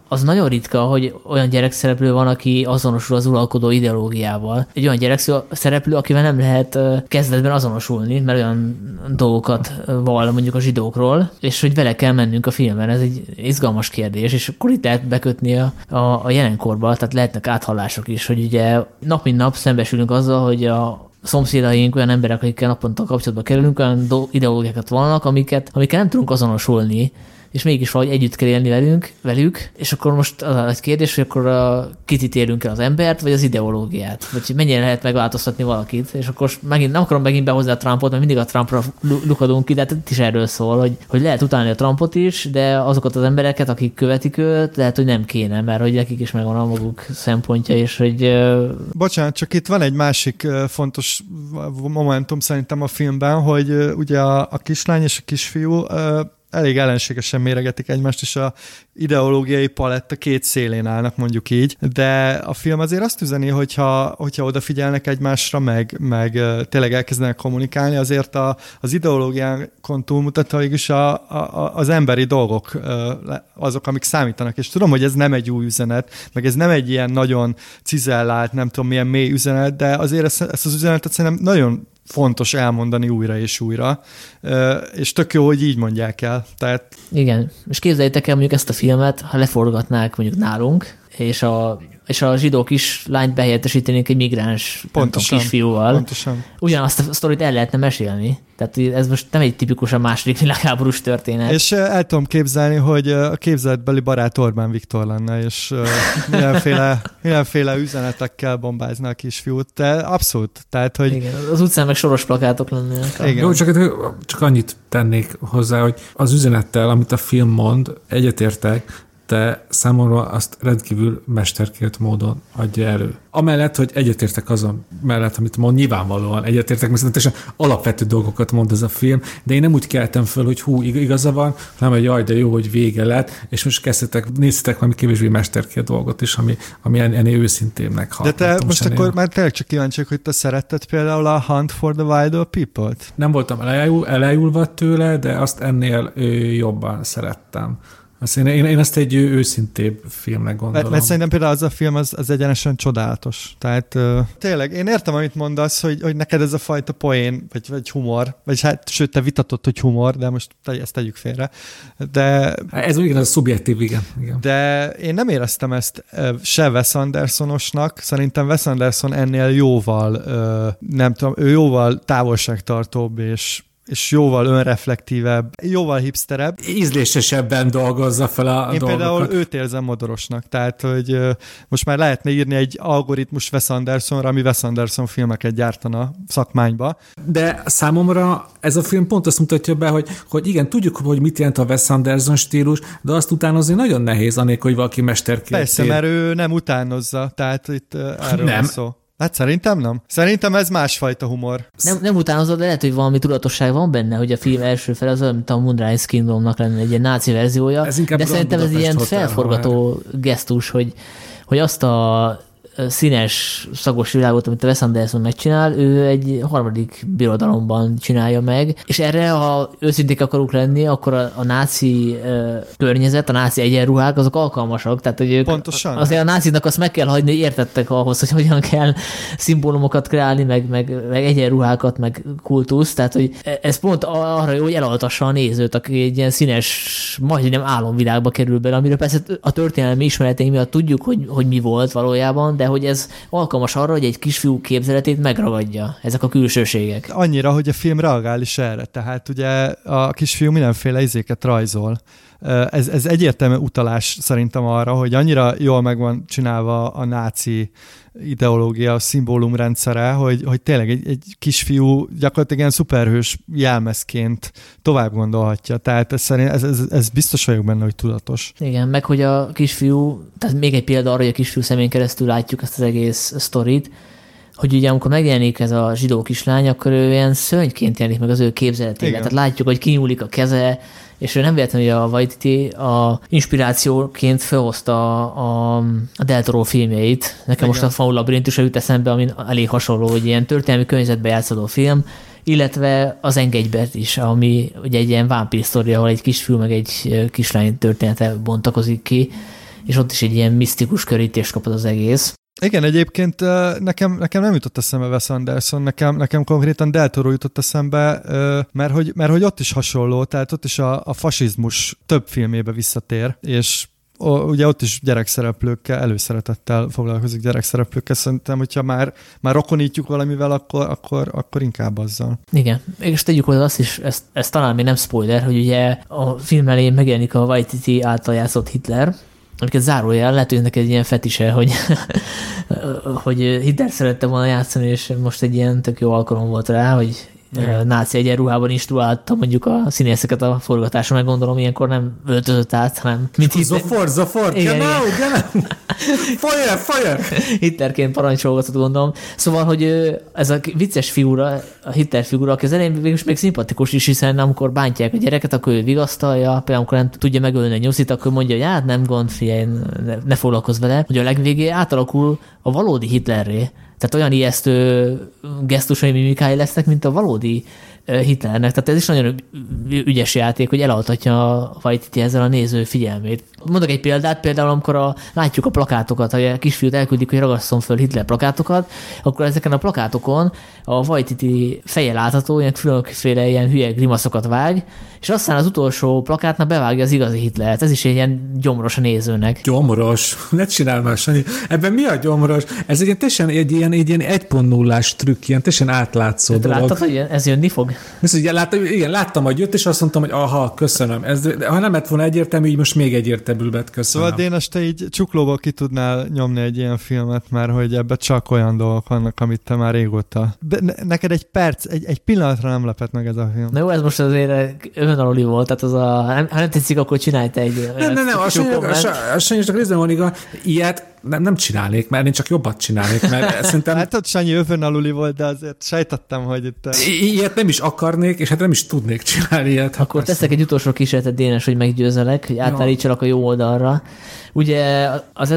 az nagyon ritka, hogy olyan gyerekszereplő van, aki azonosul az uralkodó ideológiával. Egy olyan gyerekszereplő, akivel nem lehet kezdetben azonosulni, mert olyan dolgokat vall mondjuk a zsidókról, és hogy vele kell mennünk a filmben. Ez egy izgalmas kérdés, és akkor itt lehet bekötni a, a, a jelenkorba, tehát lehetnek áthallások is, hogy ugye nap mint nap szembesülünk azzal, hogy a szomszédaink, olyan emberek, akikkel naponta kapcsolatba kerülünk, olyan ideológiákat vannak, amiket, amikkel nem tudunk azonosulni, és mégis valahogy együtt kell élni velünk, velük, és akkor most az egy kérdés, hogy akkor a, kit ítélünk el, az embert, vagy az ideológiát, vagy mennyire lehet megváltoztatni valakit, és akkor megint nem akarom megint behozni a Trumpot, mert mindig a Trumpra lukadunk ki, de hát itt is erről szól, hogy, hogy lehet utálni a Trumpot is, de azokat az embereket, akik követik őt, lehet, hogy nem kéne, mert hogy nekik is megvan a maguk szempontja, és hogy... Bocsánat, csak itt van egy másik fontos momentum szerintem a filmben, hogy ugye a, a kislány és a kisfiú elég ellenségesen méregetik egymást, és a ideológiai paletta két szélén állnak, mondjuk így, de a film azért azt üzeni, hogyha, hogyha odafigyelnek egymásra, meg, meg tényleg elkezdenek kommunikálni, azért a, az ideológiákon túlmutatva is a, a, az emberi dolgok azok, amik számítanak, és tudom, hogy ez nem egy új üzenet, meg ez nem egy ilyen nagyon cizellált, nem tudom milyen mély üzenet, de azért ezt, ezt az üzenetet szerintem nagyon fontos elmondani újra és újra, és tök jó, hogy így mondják el. Tehát... Igen, és képzeljétek el mondjuk ezt a filmet, ha leforgatnák mondjuk nálunk, és a, és a zsidó kislányt behelyettesítenénk egy migráns pontosan, kisfiúval. Pontosan. Ugyanazt a sztorit el lehetne mesélni. Tehát ez most nem egy tipikus a második világháborús történet. És el tudom képzelni, hogy a képzeletbeli barát Orbán Viktor lenne, és mindenféle, mindenféle üzenetekkel bombázna a kisfiút, de abszolút. Tehát, hogy... Igen, az utcán meg soros plakátok lennének. Jó, csak, csak annyit tennék hozzá, hogy az üzenettel, amit a film mond, egyetértek, de számomra azt rendkívül mesterkélt módon adja elő. Amellett, hogy egyetértek azon mellett, amit mond, nyilvánvalóan egyetértek, mert szerintem alapvető dolgokat mond ez a film, de én nem úgy keltem föl, hogy hú, igaza van, hanem hogy jaj, de jó, hogy vége lett, és most kezdtetek, nézzetek valami kevésbé mesterkélt dolgot is, ami, ami ennél őszintébbnek hat. De te most ennél... akkor már tényleg csak kíváncsiak, hogy te szeretted például a Hunt for the Wilder People-t? Nem voltam elájul, elájulva tőle, de azt ennél jobban szerettem. Azt én, én, én ezt egy őszintébb filmnek gondolom. Mert, mert szerintem például az a film az, az egyenesen csodálatos. Tehát uh, tényleg, én értem, amit mondasz, hogy, hogy neked ez a fajta poén, vagy, vagy humor, vagy hát, sőt, te vitatott, hogy humor, de most ezt tegyük félre. De, ez igen, ez szubjektív, igen, igen. De én nem éreztem ezt uh, se Wes Andersonosnak, szerintem Wes Anderson ennél jóval, uh, nem tudom, ő jóval távolságtartóbb, és és jóval önreflektívebb, jóval hipsterebb. Ízlésesebben dolgozza fel a Én dolgokat. Például őt érzem modorosnak, tehát, hogy uh, most már lehetne írni egy algoritmus Wes Andersonra, ami Wes Anderson filmeket gyártana szakmányba. De számomra ez a film pont azt mutatja be, hogy, hogy igen, tudjuk, hogy mit jelent a Wes Anderson stílus, de azt utánozni nagyon nehéz, anélkül, hogy valaki mesterként. Persze, mert ő nem utánozza, tehát itt uh, erről nem. van szó. Hát szerintem nem. Szerintem ez másfajta humor. Nem, nem utánozod, de lehet, hogy valami tudatosság van benne, hogy a film első fel az olyan, mint a Moonrise Kingdomnak lenne egy ilyen náci verziója, de szerintem ez ilyen felforgató gesztus, hogy, hogy azt a színes, szagos világot, amit a Wes Anderson megcsinál, ő egy harmadik birodalomban csinálja meg, és erre, ha őszinték akarunk lenni, akkor a, a náci uh, környezet, a náci egyenruhák, azok alkalmasak, tehát hogy ők, pontosan. Azért a nácinak azt meg kell hagyni, értettek ahhoz, hogy hogyan kell szimbólumokat kreálni, meg, meg, meg egyenruhákat, meg kultusz, tehát hogy ez pont arra jó, hogy elaltassa a nézőt, aki egy ilyen színes, majdnem álomvilágba kerül bele, amiről persze a történelmi ismereteink miatt tudjuk, hogy, hogy mi volt valójában, de hogy ez alkalmas arra, hogy egy kisfiú képzeletét megragadja, ezek a külsőségek. Annyira, hogy a film reagál is erre, tehát ugye a kisfiú mindenféle izéket rajzol. Ez, ez egyértelmű utalás szerintem arra, hogy annyira jól meg van csinálva a náci ideológia, a szimbólumrendszere, hogy, hogy tényleg egy, egy kisfiú gyakorlatilag ilyen szuperhős jelmezként tovább gondolhatja. Tehát ez, ez, ez, ez biztos vagyok benne, hogy tudatos. Igen, meg hogy a kisfiú, tehát még egy példa arra, hogy a kisfiú szemén keresztül látjuk ezt az egész sztorit, hogy ugye amikor megjelenik ez a zsidó kislány, akkor ő ilyen szörnyként jelenik meg az ő képzeletében. Tehát látjuk, hogy kinyúlik a keze, és ő nem véletlenül, hogy a Waititi a inspirációként felhozta a, a Del Toro filmjeit. Nekem igen. Most a Faul Labirintus jut eszembe, ami elég hasonló, hogy ilyen történelmi környezetben játszódó film, illetve az Engedjbe is, ami ugye egy ilyen vámpír sztori, ahol egy kisfiú meg egy kislány története bontakozik ki, és ott is egy ilyen misztikus körítést kapott az egész. Igen, egyébként nekem, nekem nem jutott eszembe Wes Anderson, nekem, nekem konkrétan Del Toro jutott eszembe, mert hogy, mert hogy ott is hasonló, tehát ott is a, a fasizmus több filmébe visszatér, és O, ugye ott is gyerekszereplőkkel, előszeretettel foglalkozik gyerekszereplőkkel. Szerintem, hogyha már, már rokonítjuk valamivel, akkor, akkor, akkor inkább azzal. Igen, és tegyük hozzá azt is, ez, ez talán még nem spoiler, hogy ugye a film elején megjelenik a Waititi által játszott Hitler, amiket zárójel, lehet, hogy neked egy ilyen fetise, hogy, hogy Hitler szerette volna játszani, és most egy ilyen tök jó alkalom volt rá, hogy igen. Náci egyenruhában instruálta mondjuk a színészeket a forgatáson, meg gondolom ilyenkor nem öltözött át, hanem mint Hitler. Zofort, Zofort, genau, genau. Fire, fire! Hitlerként parancsolgatott, gondolom. Szóval, hogy ez a vicces figura, a Hitler figura, aki az elején végül még szimpatikus is, hiszen amikor bántják a gyereket, akkor ő vigasztalja, például amikor nem tudja megölni a nyuszit, akkor mondja, hogy hát nem gond, figyelj, ne, ne foglalkozz vele, hogy a legvégén átalakul a valódi Hitlerré. Tehát olyan ijesztő gesztusai, mimikái lesznek, mint a valódi Hitlernek. Tehát ez is nagyon ügyes játék, hogy elaltatja a Waititi ezzel a néző figyelmét. Mondok egy példát, például amikor a, látjuk a plakátokat, ha a kisfiút elküldik, hogy ragasszon föl Hitler plakátokat, akkor ezeken a plakátokon a Waititi feje látható, ilyen különféle ilyen hülye grimaszokat vág, és aztán az utolsó plakátnál bevágja az igazi Hitlert. Ez is egy ilyen gyomros a nézőnek. Gyomros? Ne csinálj már, Sanyi. Ebben mi a gyomros? Ez egy ilyen teljesen egy ilyen, egy ilyen egy pont nullás trükk, ilyen teljesen átlátszó Te dolog. láttad, hogy ez jönni fog? Ezt, ugye, láttam, igen, láttam, hogy jött, és azt mondtam, hogy aha, köszönöm. Ez, ha nem lett volna egyértelmű, így most még egyértelműbbet köszönöm. Szóval Dénes, te így csuklóból ki tudnál nyomni egy ilyen filmet, mert hogy ebben csak olyan dolgok vannak, amit te már régóta... Ne, neked egy perc, egy, egy pillanatra nem lepett meg ez a film. Na jó, ez most azért önaluli volt, tehát az a... Ha nem tetszik, akkor csinálj te egy... Nem, nem, nem, a Sanyosnak részben van igaz, ilyet nem, nem csinálnék, mert én csak jobbat csinálnék, mert szerintem... Hát ott Sanyi övön aluli volt, de azért sejtettem, hogy itt... I- ilyet nem is akarnék, és hát nem is tudnék csinálni ilyet. Akkor teszek egy utolsó kísérletet, Dénes, hogy meggyőzelek, hogy átállítsalak a jó oldalra. Ugye az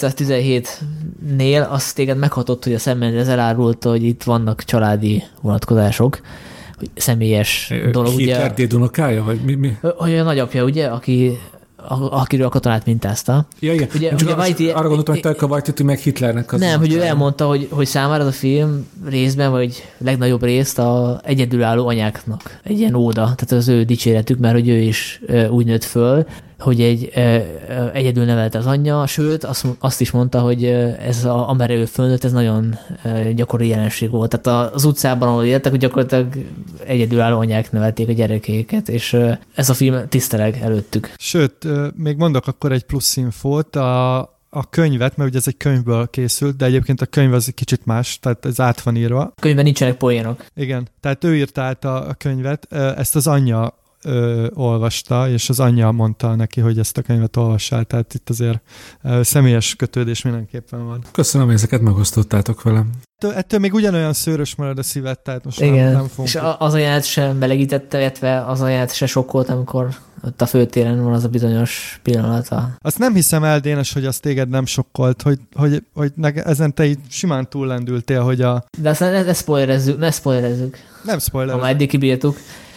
ezerkilencszáztizenhétnél azt téged meghatott, hogy a Sam Mendes elárulta, hogy itt vannak családi vonatkozások, hogy személyes dolog. Hitler dédunokája, vagy mi? mi? Hogy a nagyapja, ugye, aki akiről a katonát mintázta. Ja, igen. Ugye, ugye ugye Waititi, arra gondoltam, hogy te a Waititi meg Hitlernek az... Nem, hogy ő elmondta, hogy, hogy számára az a film részben, vagy legnagyobb részt a egyedülálló anyáknak egy ilyen óda, tehát az ő dicséretük, mert hogy ő is úgy nőtt föl, hogy egy egyedül nevelte az anyja, sőt azt, azt is mondta, hogy ez a, amerre ő fölnőtt, ez nagyon gyakori jelenség volt. Tehát az utcában, ahol éltek, hogy gyakorlatilag egyedülálló anyák nevelték a gyerekéket, és ez a film tiszteleg előttük. Sőt, még mondok akkor egy plusz infót, a, a könyvet, mert ugye ez egy könyvből készült, de egyébként a könyv az egy kicsit más, tehát ez át van írva. A könyvben nincsenek poénok. Igen, tehát ő írta át a, a könyvet, ezt az anyja Ö, olvasta, és az anyja mondta neki, hogy ezt a könyvet olvassál, tehát itt azért ö, személyes kötődés mindenképpen van. Köszönöm, hogy ezeket megosztottátok velem. Ettől, ettől még ugyanolyan szőrös marad a szíved, tehát most igen. nem, nem fogunk. És az anyát sem melegítette, illetve az anyát se sokkolt, amikor ott a főtéren van az a bizonyos pillanata. Azt nem hiszem el, Dénes, hogy az téged nem sokkolt, hogy, hogy, hogy ezen te így simán túllendültél, hogy a... De azt ne, ne spoilerezzük, ne spoilerezzük. Nem spoilerezzük. Ha már eddig kibírtuk.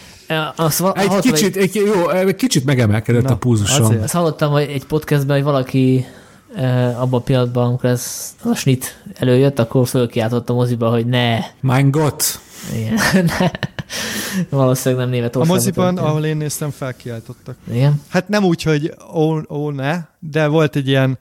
Azt, egy, kicsit, egy, jó, egy kicsit megemelkedett Na, a pulzusom. Azt hallottam hogy egy podcastben, hogy valaki eh, abban a pillanatban, amikor ez a snit előjött, akkor fölkiáltott a moziba, hogy ne. Mein Gott! Igen, ne. Valószínűleg nem Németországban. A moziban, történt. Ahol én néztem, felkiáltottak. Igen? Hát nem úgy, hogy ó, ó ne, de volt egy ilyen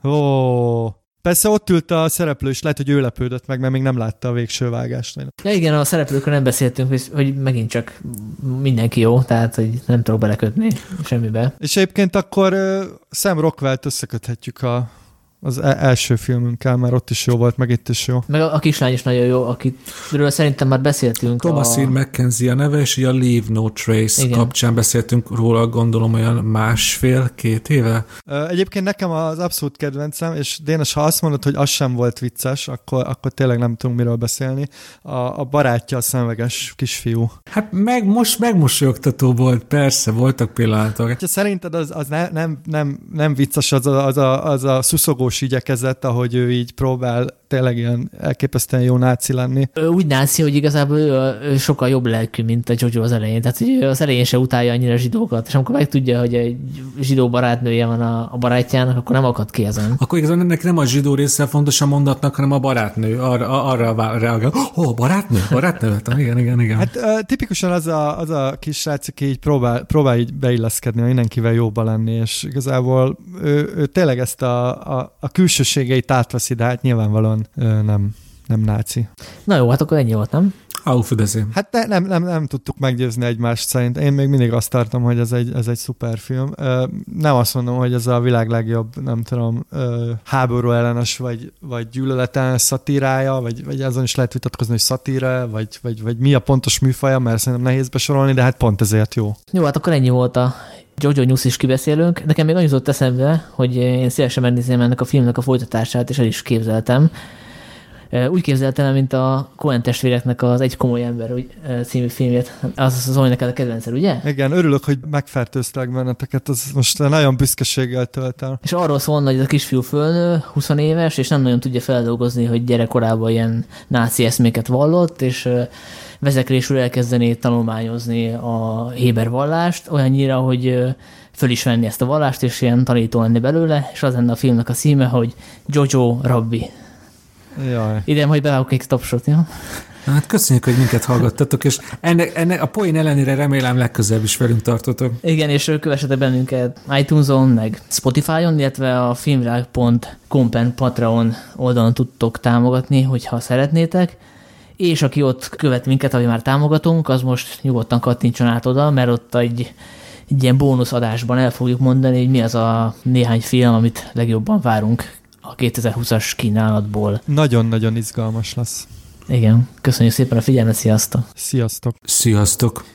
ó... Persze ott ült a szereplő, és lehet, hogy ő lepődött meg, mert még nem látta a végső vágást. Ja igen, a szereplőkről nem beszéltünk, hogy, hogy megint csak mindenki jó, tehát hogy nem tudok belekötni semmibe. És egyébként akkor uh, Sam Rockwell-t összeköthetjük a, az első filmünkkel, mert ott is jó volt, meg itt is jó. Meg a, a kislány is nagyon jó, akiről szerintem már beszéltünk. Thomasine a... McKenzie a neve, és a Leave No Trace igen. kapcsán beszéltünk róla, gondolom olyan másfél-két éve. Egyébként nekem az abszolút kedvencem, és Dénes, ha azt mondod, hogy az sem volt vicces, akkor, akkor tényleg nem tudunk miről beszélni. A, a barátja a szemüveges kisfiú. Hát meg, most megmosolyogtató volt, persze, voltak pillanatok. Ha szerinted az, az ne, nem, nem, nem vicces az a, az a, az a szuszogós igyekezet, ahogy ő így próbál tényleg ilyen elképesztően jó náci lenni. Ő úgy náci, hogy igazából ő, ő sokkal jobb lelkű, mint a Jojo az elején. Tehát hogy az elején se utálja annyira a zsidókat, és amikor megtudja, hogy egy zsidó barátnője van a, a barátjának, akkor nem akad ki ezen. Akkor igazából neki nem a zsidó része fontos a mondatnak, hanem a barátnő. Arra, arra reagál. Ó, oh, barátnő? Barátnő? Igen, igen, igen. Hát uh, tipikusan az a, az a kis srác, aki így próbál, próbál így beilleszkedni, mindenkivel jóba lenni, és igazából ő, ő tényleg ezt a, a, a külsőségeit átveszi, de hát nyilvánvalóan ő nem, nem náci. Na jó, hát akkor ennyi volt, nem? Auf Wiedersehen. Hát ne, nem, nem, nem tudtuk meggyőzni egymást szerint. Én még mindig azt tartom, hogy ez egy, ez egy szuper film. Nem azt mondom, hogy ez a világ legjobb, nem tudom, háború ellenes, vagy, vagy gyűlöletellenes szatírája, vagy, vagy azon is lehet vitatkozni, hogy szatíra, vagy, vagy, vagy mi a pontos műfaja, mert szerintem nehéz besorolni, de hát pont ezért jó. Jó, hát akkor ennyi volt a Jojo News is kibeszélünk. Nekem még annyi jutott eszembe, hogy én szívesen megnézném ennek a filmnek a folytatását, és el is képzeltem. Úgy képzeltem, mint a Coen testvéreknek az Egy komoly ember úgy, című filmjét. Az az, neked a kedvenced, ugye? Igen, örülök, hogy megfertőztek benneteket, az most nagyon büszkeséggel tölt el. És arról szólna, hogy a kisfiú fölnő, húsz éves, és nem nagyon tudja feldolgozni, hogy gyerekkorában ilyen náci eszméket vallott, és vezeklésül elkezdeni tanulmányozni a héber vallást, olyannyira, hogy föl is venni ezt a vallást, és ilyen tanító lenni belőle, és az lenne a filmnek a címe, hogy Jojo Rabbi. Jaj. Ide majd bevágok egy tapsot, jó? Hát köszönjük, hogy minket hallgattatok, és ennek, ennek a poén ellenére remélem legközelebb is velünk tartotok. Igen, és kövessetek bennünket iTunes-on, meg Spotify-on, illetve a filmvilág pont com per Patreon oldalon tudtok támogatni, hogyha szeretnétek. És aki ott követ minket, ahogy már támogatunk, az most nyugodtan kattintson át oda, mert ott egy, egy ilyen bónuszadásban el fogjuk mondani, hogy mi az a néhány film, amit legjobban várunk a kétezer-húszas kínálatból. Nagyon-nagyon izgalmas lesz. Igen, köszönjük szépen a figyelmet, sziasztok! Sziasztok! Sziasztok!